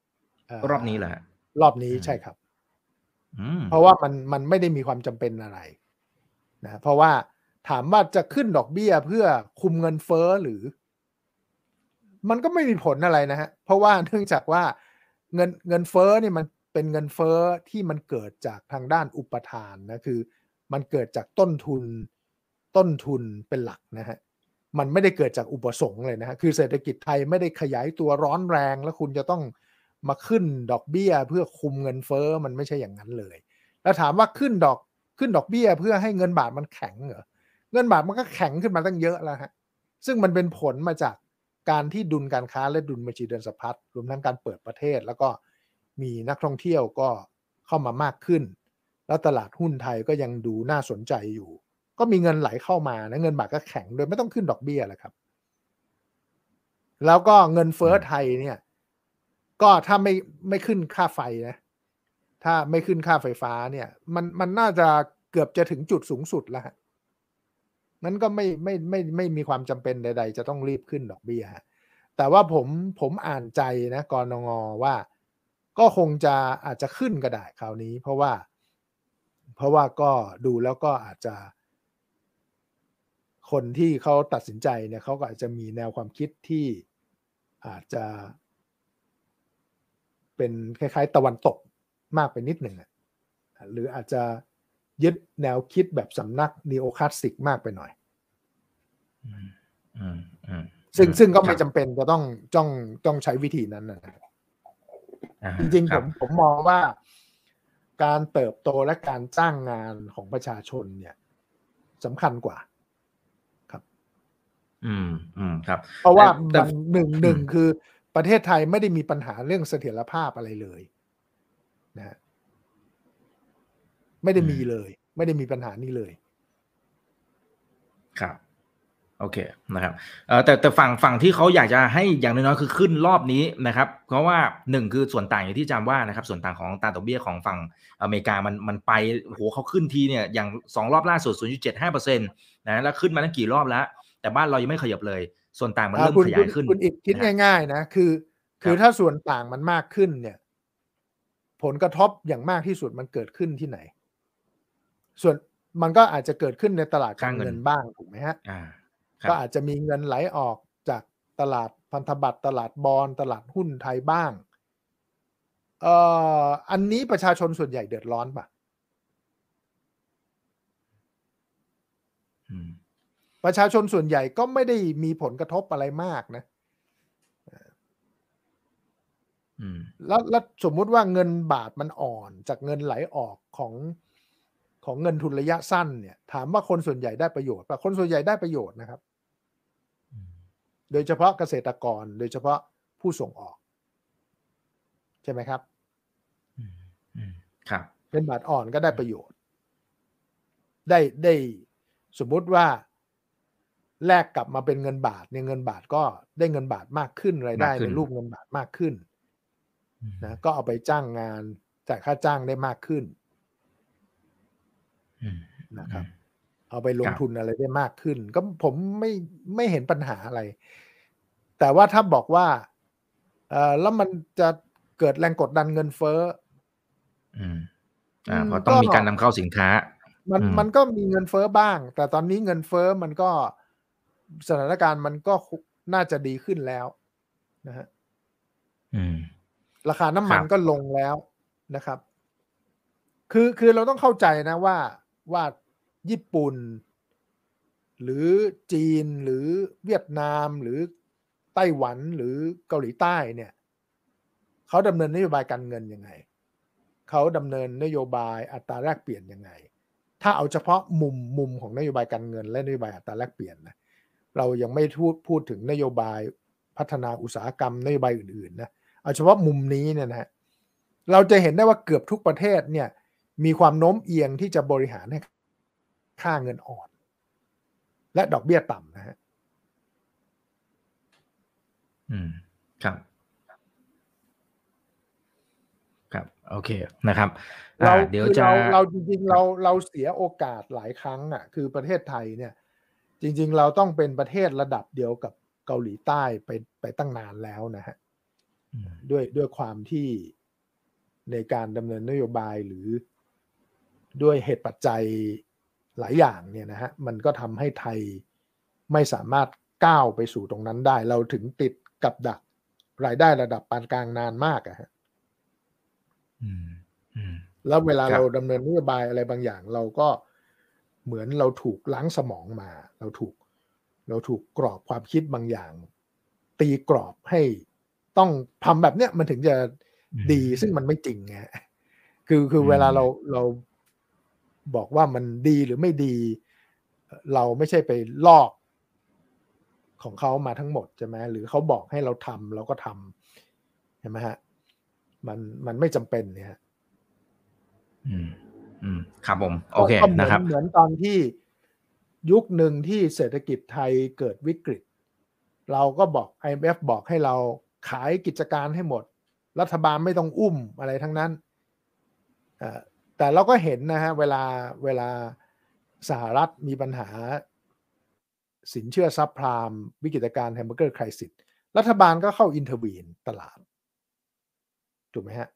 Speaker 1: รอบนี้เหรอครับ
Speaker 2: รอบนี้ใช่ครับเพราะ
Speaker 1: ว่า
Speaker 2: ว่ามันมันไม่ได้มีความจำเป็นอะไรนะเพราะว่าถามว่าจะขึ้นดอกเบี้ยเพื่อคุมเงินเฟ้อหรือมันก็ไม่มีผลอะไรนะฮะเพราะว่าเนื่องจากว่าเงินเงินเฟ้อเนี่ยมันเป็นเงินเฟ้อที่มันเกิดจากทางด้านอุปทานนะคือมันเกิดจากต้นทุนต้นทุนเป็นหลักนะฮะมันไม่ได้เกิดจากอุปสงค์เลยนะฮะคือเศรษฐกิจไทยไม่ได้ขยายตัวร้อนแรงแล้วคุณจะต้องมาขึ้นดอกเบี้ยเพื่อคุมเงินเฟ้อมันไม่ใช่อย่างนั้นเลยแล้วถามว่าขึ้นดอกขึ้นดอกเบี้ยเพื่อให้เงินบาทมันแข็งเหรอเงินบาทมันก็แข็งขึ้นมาตั้งเยอะแล้วฮะซึ่งมันเป็นผลมาจากการที่ดุลการค้าและดุลบัญชีเดินสะพัดรวมทั้งการเปิดประเทศแล้วก็มีนักท่องเที่ยวก็เข้ามามากขึ้นแล้วตลาดหุ้นไทยก็ยังดูน่าสนใจอยู่ก็มีเงินไหลเข้ามานะเงินบาทก็แข็งโดยไม่ต้องขึ้นดอกเบี้ยแหละครับแล้วก็เงินเฟ้อไทยเนี่ยก็ถ้าไม่ไม่ขึ้นค่าไฟนะถ้าไม่ขึ้นค่าไฟฟ้าเนี่ยมันมันน่าจะเกือบจะถึงจุดสูงสุดแล้วนั้นก็ไม่ไม่ไม่ไม่มีความจำเป็นใดๆจะต้องรีบขึ้นดอกเบี้ยแต่ว่าผมผมอ่านใจนะกนง.ว่าก็คงจะอาจจะขึ้นก็ได้คราวนี้เพราะว่าเพราะว่าก็ดูแล้วก็อาจจะคนที่เขาตัดสินใจเนี่ยเขาก็อาจจะมีแนวความคิดที่อาจจะเป็นคล้ายๆตะวันตกมากไปนิดหนึ่งหรืออาจจะยึดแนวคิดแบบสำนักนีโอคลาสสิกมากไปหน่อยซึ่งซึ่งก็ไม่จำเป็นจะต้องต้องต้องใช้วิธีนั้นนะจริงๆผมผมมองว่าการเติบโตและการจ้างงานของประชาชนเนี่ยสำคัญกว่าครับ
Speaker 1: อืมอืมครับ
Speaker 2: เพราะว่ามันหนึ่งหนึ่งคือประเทศไทยไม่ได้มีปัญหาเรื่องเสถียรภาพอะไรเลยนะไม่ได้มีเลยไม่ได้มีปัญหานี้เลย
Speaker 1: ครับโอเคนะครับเอ่อแต่แต่ฝั่งฝั่งที่เขาอยากจะให้อย่างน้อยๆคือขึ้นรอบนี้นะครับเพราะว่าหนึ่งคือส่วนต่างอย่างที่อาจารย์ว่านะครับส่วนต่างของอัตราดอกเบี้ยของฝั่งอเมริกามันมันไปโอ้โหเขาขึ้นทีเนี่ยอย่างสองรอบล่าสุด ศูนย์จุดเจ็ดห้าเปอร์เซ็นต์ นะแล้วขึ้นมาตั้งกี่รอบแล้วแต่บ้านเรายังไม่ขยับเลยส่วนต่างมันเริ่มขยายขึ้น
Speaker 2: คุณอีกคิดง่ายๆนะคือคือถ้าส่วนต่างมันมากขึ้นเนี่ยผลกระทบอย่างมากที่สุดมันเกิดขึ้นที่ไหนส่วนมันก็อาจจะเกิดขึ้นในตลาดการเงินบ้างถูกไหมฮะก็อาจจะมีเงินไหลออกจากตลาดพันธบัตรตลาดบอนด์ตลาดหุ้นไทยบ้างเอ่ออันนี้ประชาชนส่วนใหญ่เดือดร้อนป่ะประชาชนส่วนใหญ่ก็ไม่ได้มีผลกระทบอะไรมากนะแล้วแล้วสมมุติว่าเงินบาทมันอ่อนจากเงินไหลออกของของเงินทุนระยะสั้นเนี่ยถามว่าคนส่วนใหญ่ได้ประโยชน์ป่ะคนส่วนใหญ่ได้ประโยชน์นะครับโดยเฉพาะเกษตรกรโดยเฉพาะผู้ส่งออกใช่ไหมครับ
Speaker 1: ครับ
Speaker 2: เงินบาทอ่อนก็ได้ประโยชน์ได้ได้สมมุติว่าแลกกลับมาเป็นเงินบาทเนี่ยเงินบาทก็ได้เงินบาทมากขึ้นรายได้ในรูปเงินบาทมากขึ้นนะก็เอาไปจ้างงานจ่ายค่าจ้างได้มากขึ้นนะครับเอาไปลงทุนอะไรได้มากขึ้นก็ผมไม่ไม่เห็นปัญหาอะไรแต่ว่าถ้าบอกว่าเอ่อแล้วมันจะเกิดแรงกดดันเงินเฟ้อ
Speaker 1: อืมอ่าเพราะต้องมีการนำเข้าสินค้า
Speaker 2: มันมันก็มีเงินเฟ้อบ้างแต่ตอนนี้เงินเฟ้อมันก็สถานการณ์มันก็น่าจะดีขึ้นแล้วนะฮะราคาน้ำมันก็ลงแล้วนะครับคือคือเราต้องเข้าใจนะว่าว่าญี่ปุ่นหรือจีนหรือเวียดนามหรือไต้หวันหรือเกาหลีใต้เนี่ยเขาดำเนินนโยบายการเงินยังไงเขาดำเนินนโยบายอัตราแลกเปลี่ยนยังไงถ้าเอาเฉพาะมุมมุมของนโยบายการเงินและนโยบายอัตราแลกเปลี่ยนนะเรายังไม่พูดพูดถึงนโยบายพัฒนาอุตสาหกรรมนโยบายอื่นๆนะเอาเฉพาะมุมนี้เนี่ยนะฮะเราจะเห็นได้ว่าเกือบทุกประเทศเนี่ยมีความโน้มเอียงที่จะบริหารให้ค่าเงินอ่อนและดอกเบี้ยต่ำนะฮะ
Speaker 1: อืมครับครับโอเคนะครับ
Speaker 2: เราเดี๋ยวจะเราเราจริงๆเราเราเสียโอกาสหลายครั้งอ่ะคือประเทศไทยเนี่ยจริงๆเราต้องเป็นประเทศระดับเดียวกับเกาหลีใต้ไปไปตั้งนานแล้วนะฮะด้วยด้วยความที่ในการดำเนินนโยบายหรือด้วยเหตุปัจจัยหลายอย่างเนี่ยนะฮะมันก็ทำให้ไทยไม่สามารถก้าวไปสู่ตรงนั้นได้เราถึงติดกับดักรายได้ระดับปานกลางนานมากอะฮะ
Speaker 1: อืมอืม
Speaker 2: แล้วเวลา
Speaker 1: ครั
Speaker 2: เรา
Speaker 1: บ
Speaker 2: ดำเนินนโยบายอะไรบางอย่างเราก็เหมือนเราถูกล้างสมองมาเราถูกเราถูกกรอบความคิดบางอย่าง ตีกรอบให้ต้องทำแบบเนี้ยมันถึงจะ
Speaker 1: อืม
Speaker 2: ดีซึ่งมันไม่จริงไงคือคือ
Speaker 1: อืม
Speaker 2: เวลาเราเราบอกว่ามันดีหรือไม่ดี เราไม่ใช่ไปลอกของเขามาทั้งหมดใช่ไหมหรือเขาบอกให้เราทำเราก็ทำใช่ไหมฮะมันมันไม่จำเป็นเนี่ย
Speaker 1: อืมอืมครับผมโอ
Speaker 2: ก็
Speaker 1: เค
Speaker 2: ก็เหมื
Speaker 1: นะ
Speaker 2: อน
Speaker 1: ครับ
Speaker 2: เหมือนตอนที่ยุคหนึ่งที่เศรษฐกิจไทยเกิดวิกฤต เราก็บอก ไอ เอ็ม เอฟ บอกให้เราขายกิจการให้หมด รัฐบาลไม่ต้องอุ้มอะไรทั้งนั้นเอ่อแต่เราก็เห็นนะฮะเวลาเวลาสหรัฐมีปัญหาสินเชื่อซับพรามวิกฤตการณ์แฮมเบอร์เกอร์ไครซิสรัฐบาลก็เข้าอินเทอร์วีนตลาดถูกไหมฮะ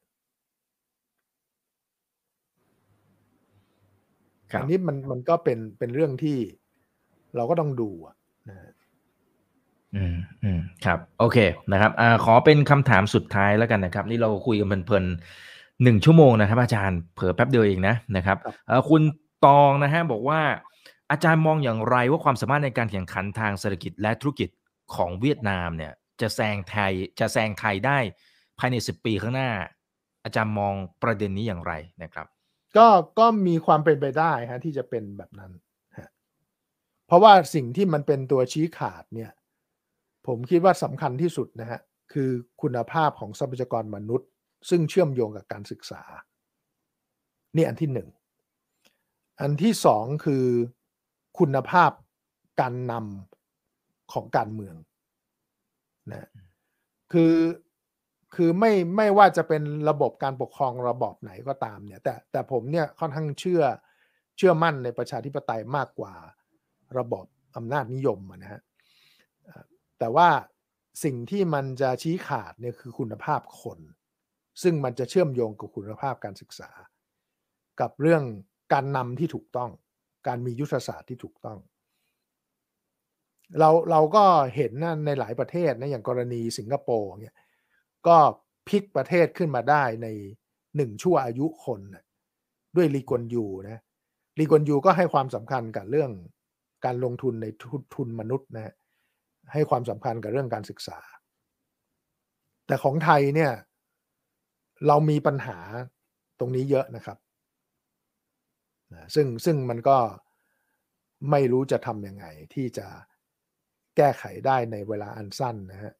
Speaker 1: ครั
Speaker 2: อั
Speaker 1: บ
Speaker 2: นนี้มันมันก็เป็นเป็นเรื่องที่เราก็ต้องดูอะนะฮะ
Speaker 1: อืมอืมครับโอเคนะครับอ่าขอเป็นคำถามสุดท้ายแล้วกันนะครับนี่เราคุยกันเพลินๆหนึ่งชั่วโมงนะครับอาจารย์เผลอแป๊บเดียวเองนะนะครับ
Speaker 2: ครับ
Speaker 1: เอ่อคุณตองนะฮะบอกว่าอาจารย์มองอย่างไรว่าความสามารถในการแข่งขันทางเศรษฐกิจและธุรกิจของเวียดนามเนี่ยจะแซงไทยจะแซงไทยได้ภายในสิบปีข้างหน้าอาจารย์มองประเด็นนี้อย่างไรนะครับ
Speaker 2: ก็ก็มีความเป็นไปได้ฮะที่จะเป็นแบบนั้นฮะเพราะว่าสิ่งที่มันเป็นตัวชี้ขาดเนี่ยผมคิดว่าสำคัญที่สุดนะฮะคือคุณภาพของทรัพยากรมนุษย์ซึ่งเชื่อมโยงกับการศึกษานี่อันที่หนึ่งอันที่สองคือคุณภาพการนำของการเมืองนะคือคือไม่ไม่ว่าจะเป็นระบบการปกครองระบอบไหนก็ตามเนี่ยแต่แต่ผมเนี่ยค่อนข้างเชื่อเชื่อมั่นในประชาธิปไตยมากกว่าระบอบอำนาจนิยมนะฮะแต่ว่าสิ่งที่มันจะชี้ขาดเนี่ยคือคุณภาพคนซึ่งมันจะเชื่อมโยงกับคุณภาพการศึกษากับเรื่องการนำที่ถูกต้องการมียุทธศาสตร์ที่ถูกต้องเราเราก็เห็นนะในหลายประเทศนะอย่างกรณีสิงคโปร์เนี่ยก็พลิกประเทศขึ้นมาได้ในหนึ่งชั่วอายุคนนะด้วยลีกวนยูนะลีกวนยูก็ให้ความสำคัญกับเรื่องการลงทุนในทุนทุนมนุษย์นะให้ความสำคัญกับเรื่องการศึกษาแต่ของไทยเนี่ยเรามีปัญหาตรงนี้เยอะนะครับนะซึ่งซึ่งมันก็ไม่รู้จะทำยังไงที่จะแก้ไขได้ในเวลาอันสั้นนะฮะ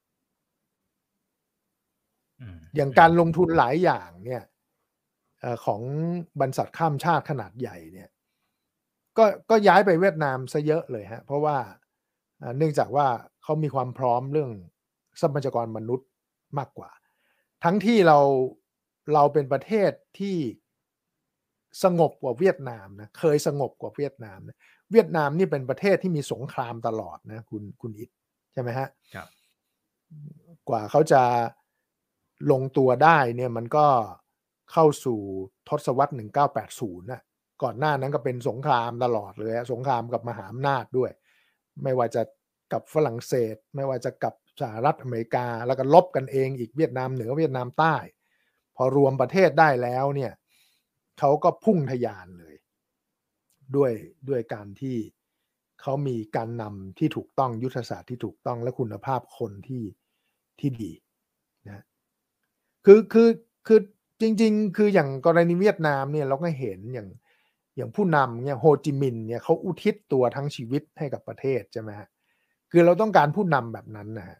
Speaker 2: อย่างการลงทุนหลายอย่างเนี่ยเอ่อของบรรษัทข้ามชาติขนาดใหญ่เนี่ยก็ก็ย้ายไปเวียดนามซะเยอะเลยฮะเพราะว่าเนื่องจากว่าเขามีความพร้อมเรื่องทรัพยากรมนุษย์มากกว่าทั้งที่เราเราเป็นประเทศที่สงบกว่าเวียดนามนะเคยสงบกว่าเวียดนามนะเวียดนามนี่เป็นประเทศที่มีสงครามตลอดนะคุณคุณอิฐใช่ไหมฮะ
Speaker 1: ครับ
Speaker 2: กว่าเขาจะลงตัวได้เนี่ยมันก็เข้าสู่ทศวรรษหนึ่งเก้าแปดศูนย์นะก่อนหน้านั้นก็เป็นสงครามตลอดเลยสงครามกับมหาอำนาจด้วยไม่ว่าจะกับฝรั่งเศสไม่ว่าจะกับสหรัฐอเมริกาแล้วก็ลบกันเองอีกเวียดนามเหนือเวียดนามใต้พอรวมประเทศได้แล้วเนี่ยเขาก็พุ่งทะยานเลยด้วยด้วยการที่เขามีการนำที่ถูกต้องยุทธศาสตร์ที่ถูกต้องและคุณภาพคนที่ที่ดีนะคือคือคือจริงๆคืออย่างกรณีเวียดนามเนี่ยเราก็เห็นอย่างอย่างผู้นำเนี่ยโฮจิมินห์เนี่ยเขาอุทิศตัวทั้งชีวิตให้กับประเทศใช่ไหมฮะคือเราต้องการผู้นำแบบนั้นนะฮะ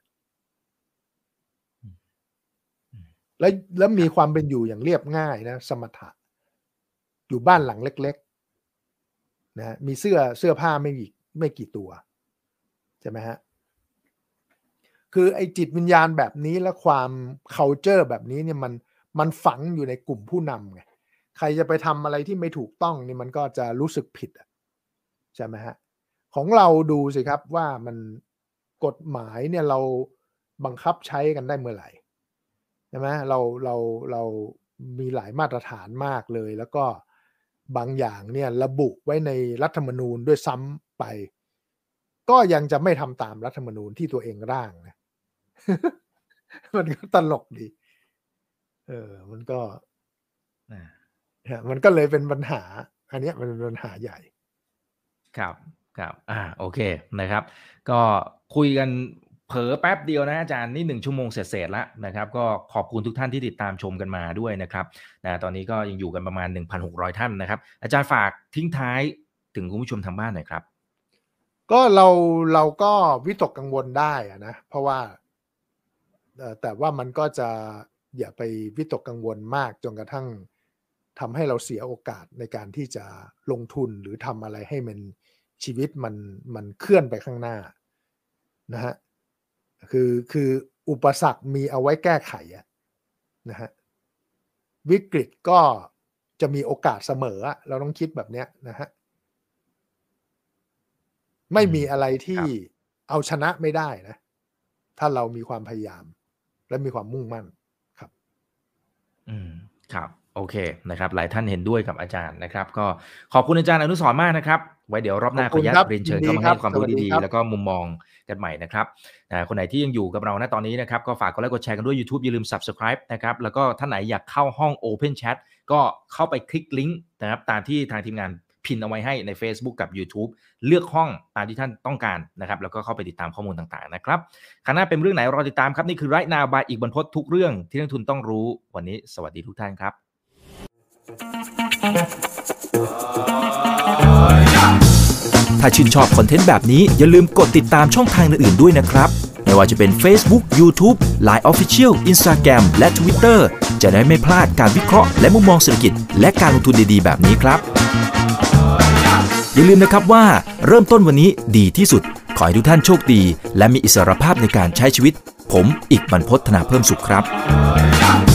Speaker 2: แล้วแล้วมีความเป็นอยู่อย่างเรียบง่ายนะสมถะอยู่บ้านหลังเล็กๆนะมีเสื้อเสื้อผ้าไม่กี่ไม่กี่ตัวใช่ไหมฮะคือไอ้จิตวิญญาณแบบนี้และความ culture แบบนี้เนี่ยมันมันฝังอยู่ในกลุ่มผู้นำไงใครจะไปทำอะไรที่ไม่ถูกต้องนี่มันก็จะรู้สึกผิดใช่ไหมฮะของเราดูสิครับว่ามันกฎหมายเนี่ยเราบังคับใช้กันได้เมื่อไหร่ใช่ไหมเราเราเรามีหลายมาตรฐานมากเลยแล้วก็บางอย่างเนี่ยระบุไว้ในรัฐธรรมนูญด้วยซ้ำไปก็ยังจะไม่ทำตามรัฐธรรมนูญที่ตัวเองร่างนะ มันก็ตลกดีเออมันก็มันก็เลยเป็นปัญหาอันนี้มันเป็นปัญหาใหญ่
Speaker 1: ครับครับอ่าโอเคนะครับก็คุยกันเผลอแป๊บเดียวนะอาจารย์นี่หนึ่งชั่วโมงเสร็จๆแล้วนะครับก็ขอบคุณทุกท่านที่ติดตามชมกันมาด้วยนะครับนะตอนนี้ก็ยังอยู่กันประมาณ หนึ่งพันหกร้อย ท่านนะครับอาจารย์ฝากทิ้งท้ายถึงคุณผู้ชมทางบ้านหน่อยครับ
Speaker 2: ก็เราเราก็วิตกกังวลได้อะนะเพราะว่าแต่ว่ามันก็จะอย่าไปวิตกกังวลมากจนกระทั่งทำให้เราเสียโอกาสในการที่จะลงทุนหรือทำอะไรให้มันชีวิตมันมันเคลื่อนไปข้างหน้านะฮะคือคืออุปสรรคมีเอาไว้แก้ไขอะนะฮะวิกฤตก็จะมีโอกาสเสมอเราต้องคิดแบบเนี้ยนะฮะไม่มีอะไรที่เอาชนะไม่ได้นะถ้าเรามีความพยายามและมีความมุ่งมั่นครับ
Speaker 1: อืมครับโอเคนะครับหลายท่านเห็นด้วยกับอาจารย์นะครับก็ขอบคุณอาจารย์อนุสรณ์มากนะครับไว้เดี๋ยวรอบหน้าขออนุญาตเรียนเชิญเข้ามาให้ความรู้ดีๆแล้วก็มุมมองกันใหม่นะครับคนไหนที่ยังอยู่กับเราณตอนนี้นะครับก็ฝากกดไลค์กดแชร์กันด้วย YouTube อย่าลืม Subscribe นะครับแล้วก็ท่านไหนอยากเข้าห้อง Open Chat ก็เข้าไปคลิกลิงก์นะครับตามที่ทางทีมงานพินเอาไว้ให้ใน Facebook กับ YouTube เลือกห้องตามที่ท่านต้องการนะครับแล้วก็เข้าไปติดตามข้อมูลต่างๆนะครับครั้งหน้าเป็นเรื่องไหนรอติดตามครับนี่คือ Right Now by อีกบรรพตทุกเรื่องที่นักทุนต้องรู้วันนี้สวัสดีทุกท่านครับ
Speaker 3: ถ้าชื่นชอบคอนเทนต์แบบนี้อย่าลืมกดติดตามช่องทางอื่นๆด้วยนะครับไม่ว่าจะเป็น Facebook, YouTube, ไลน์ Official, Instagram และ Twitter จะได้ไม่พลาดการวิเคราะห์และมุมมองเศรษฐกิจและการลงทุนดีๆแบบนี้ครับอย่าลืมนะครับว่าเริ่มต้นวันนี้ดีที่สุดขอให้ทุกท่านโชคดีและมีอิสรภาพในการใช้ชีวิตผมอีกบรรพต ธนาเพิ่มสุขครับ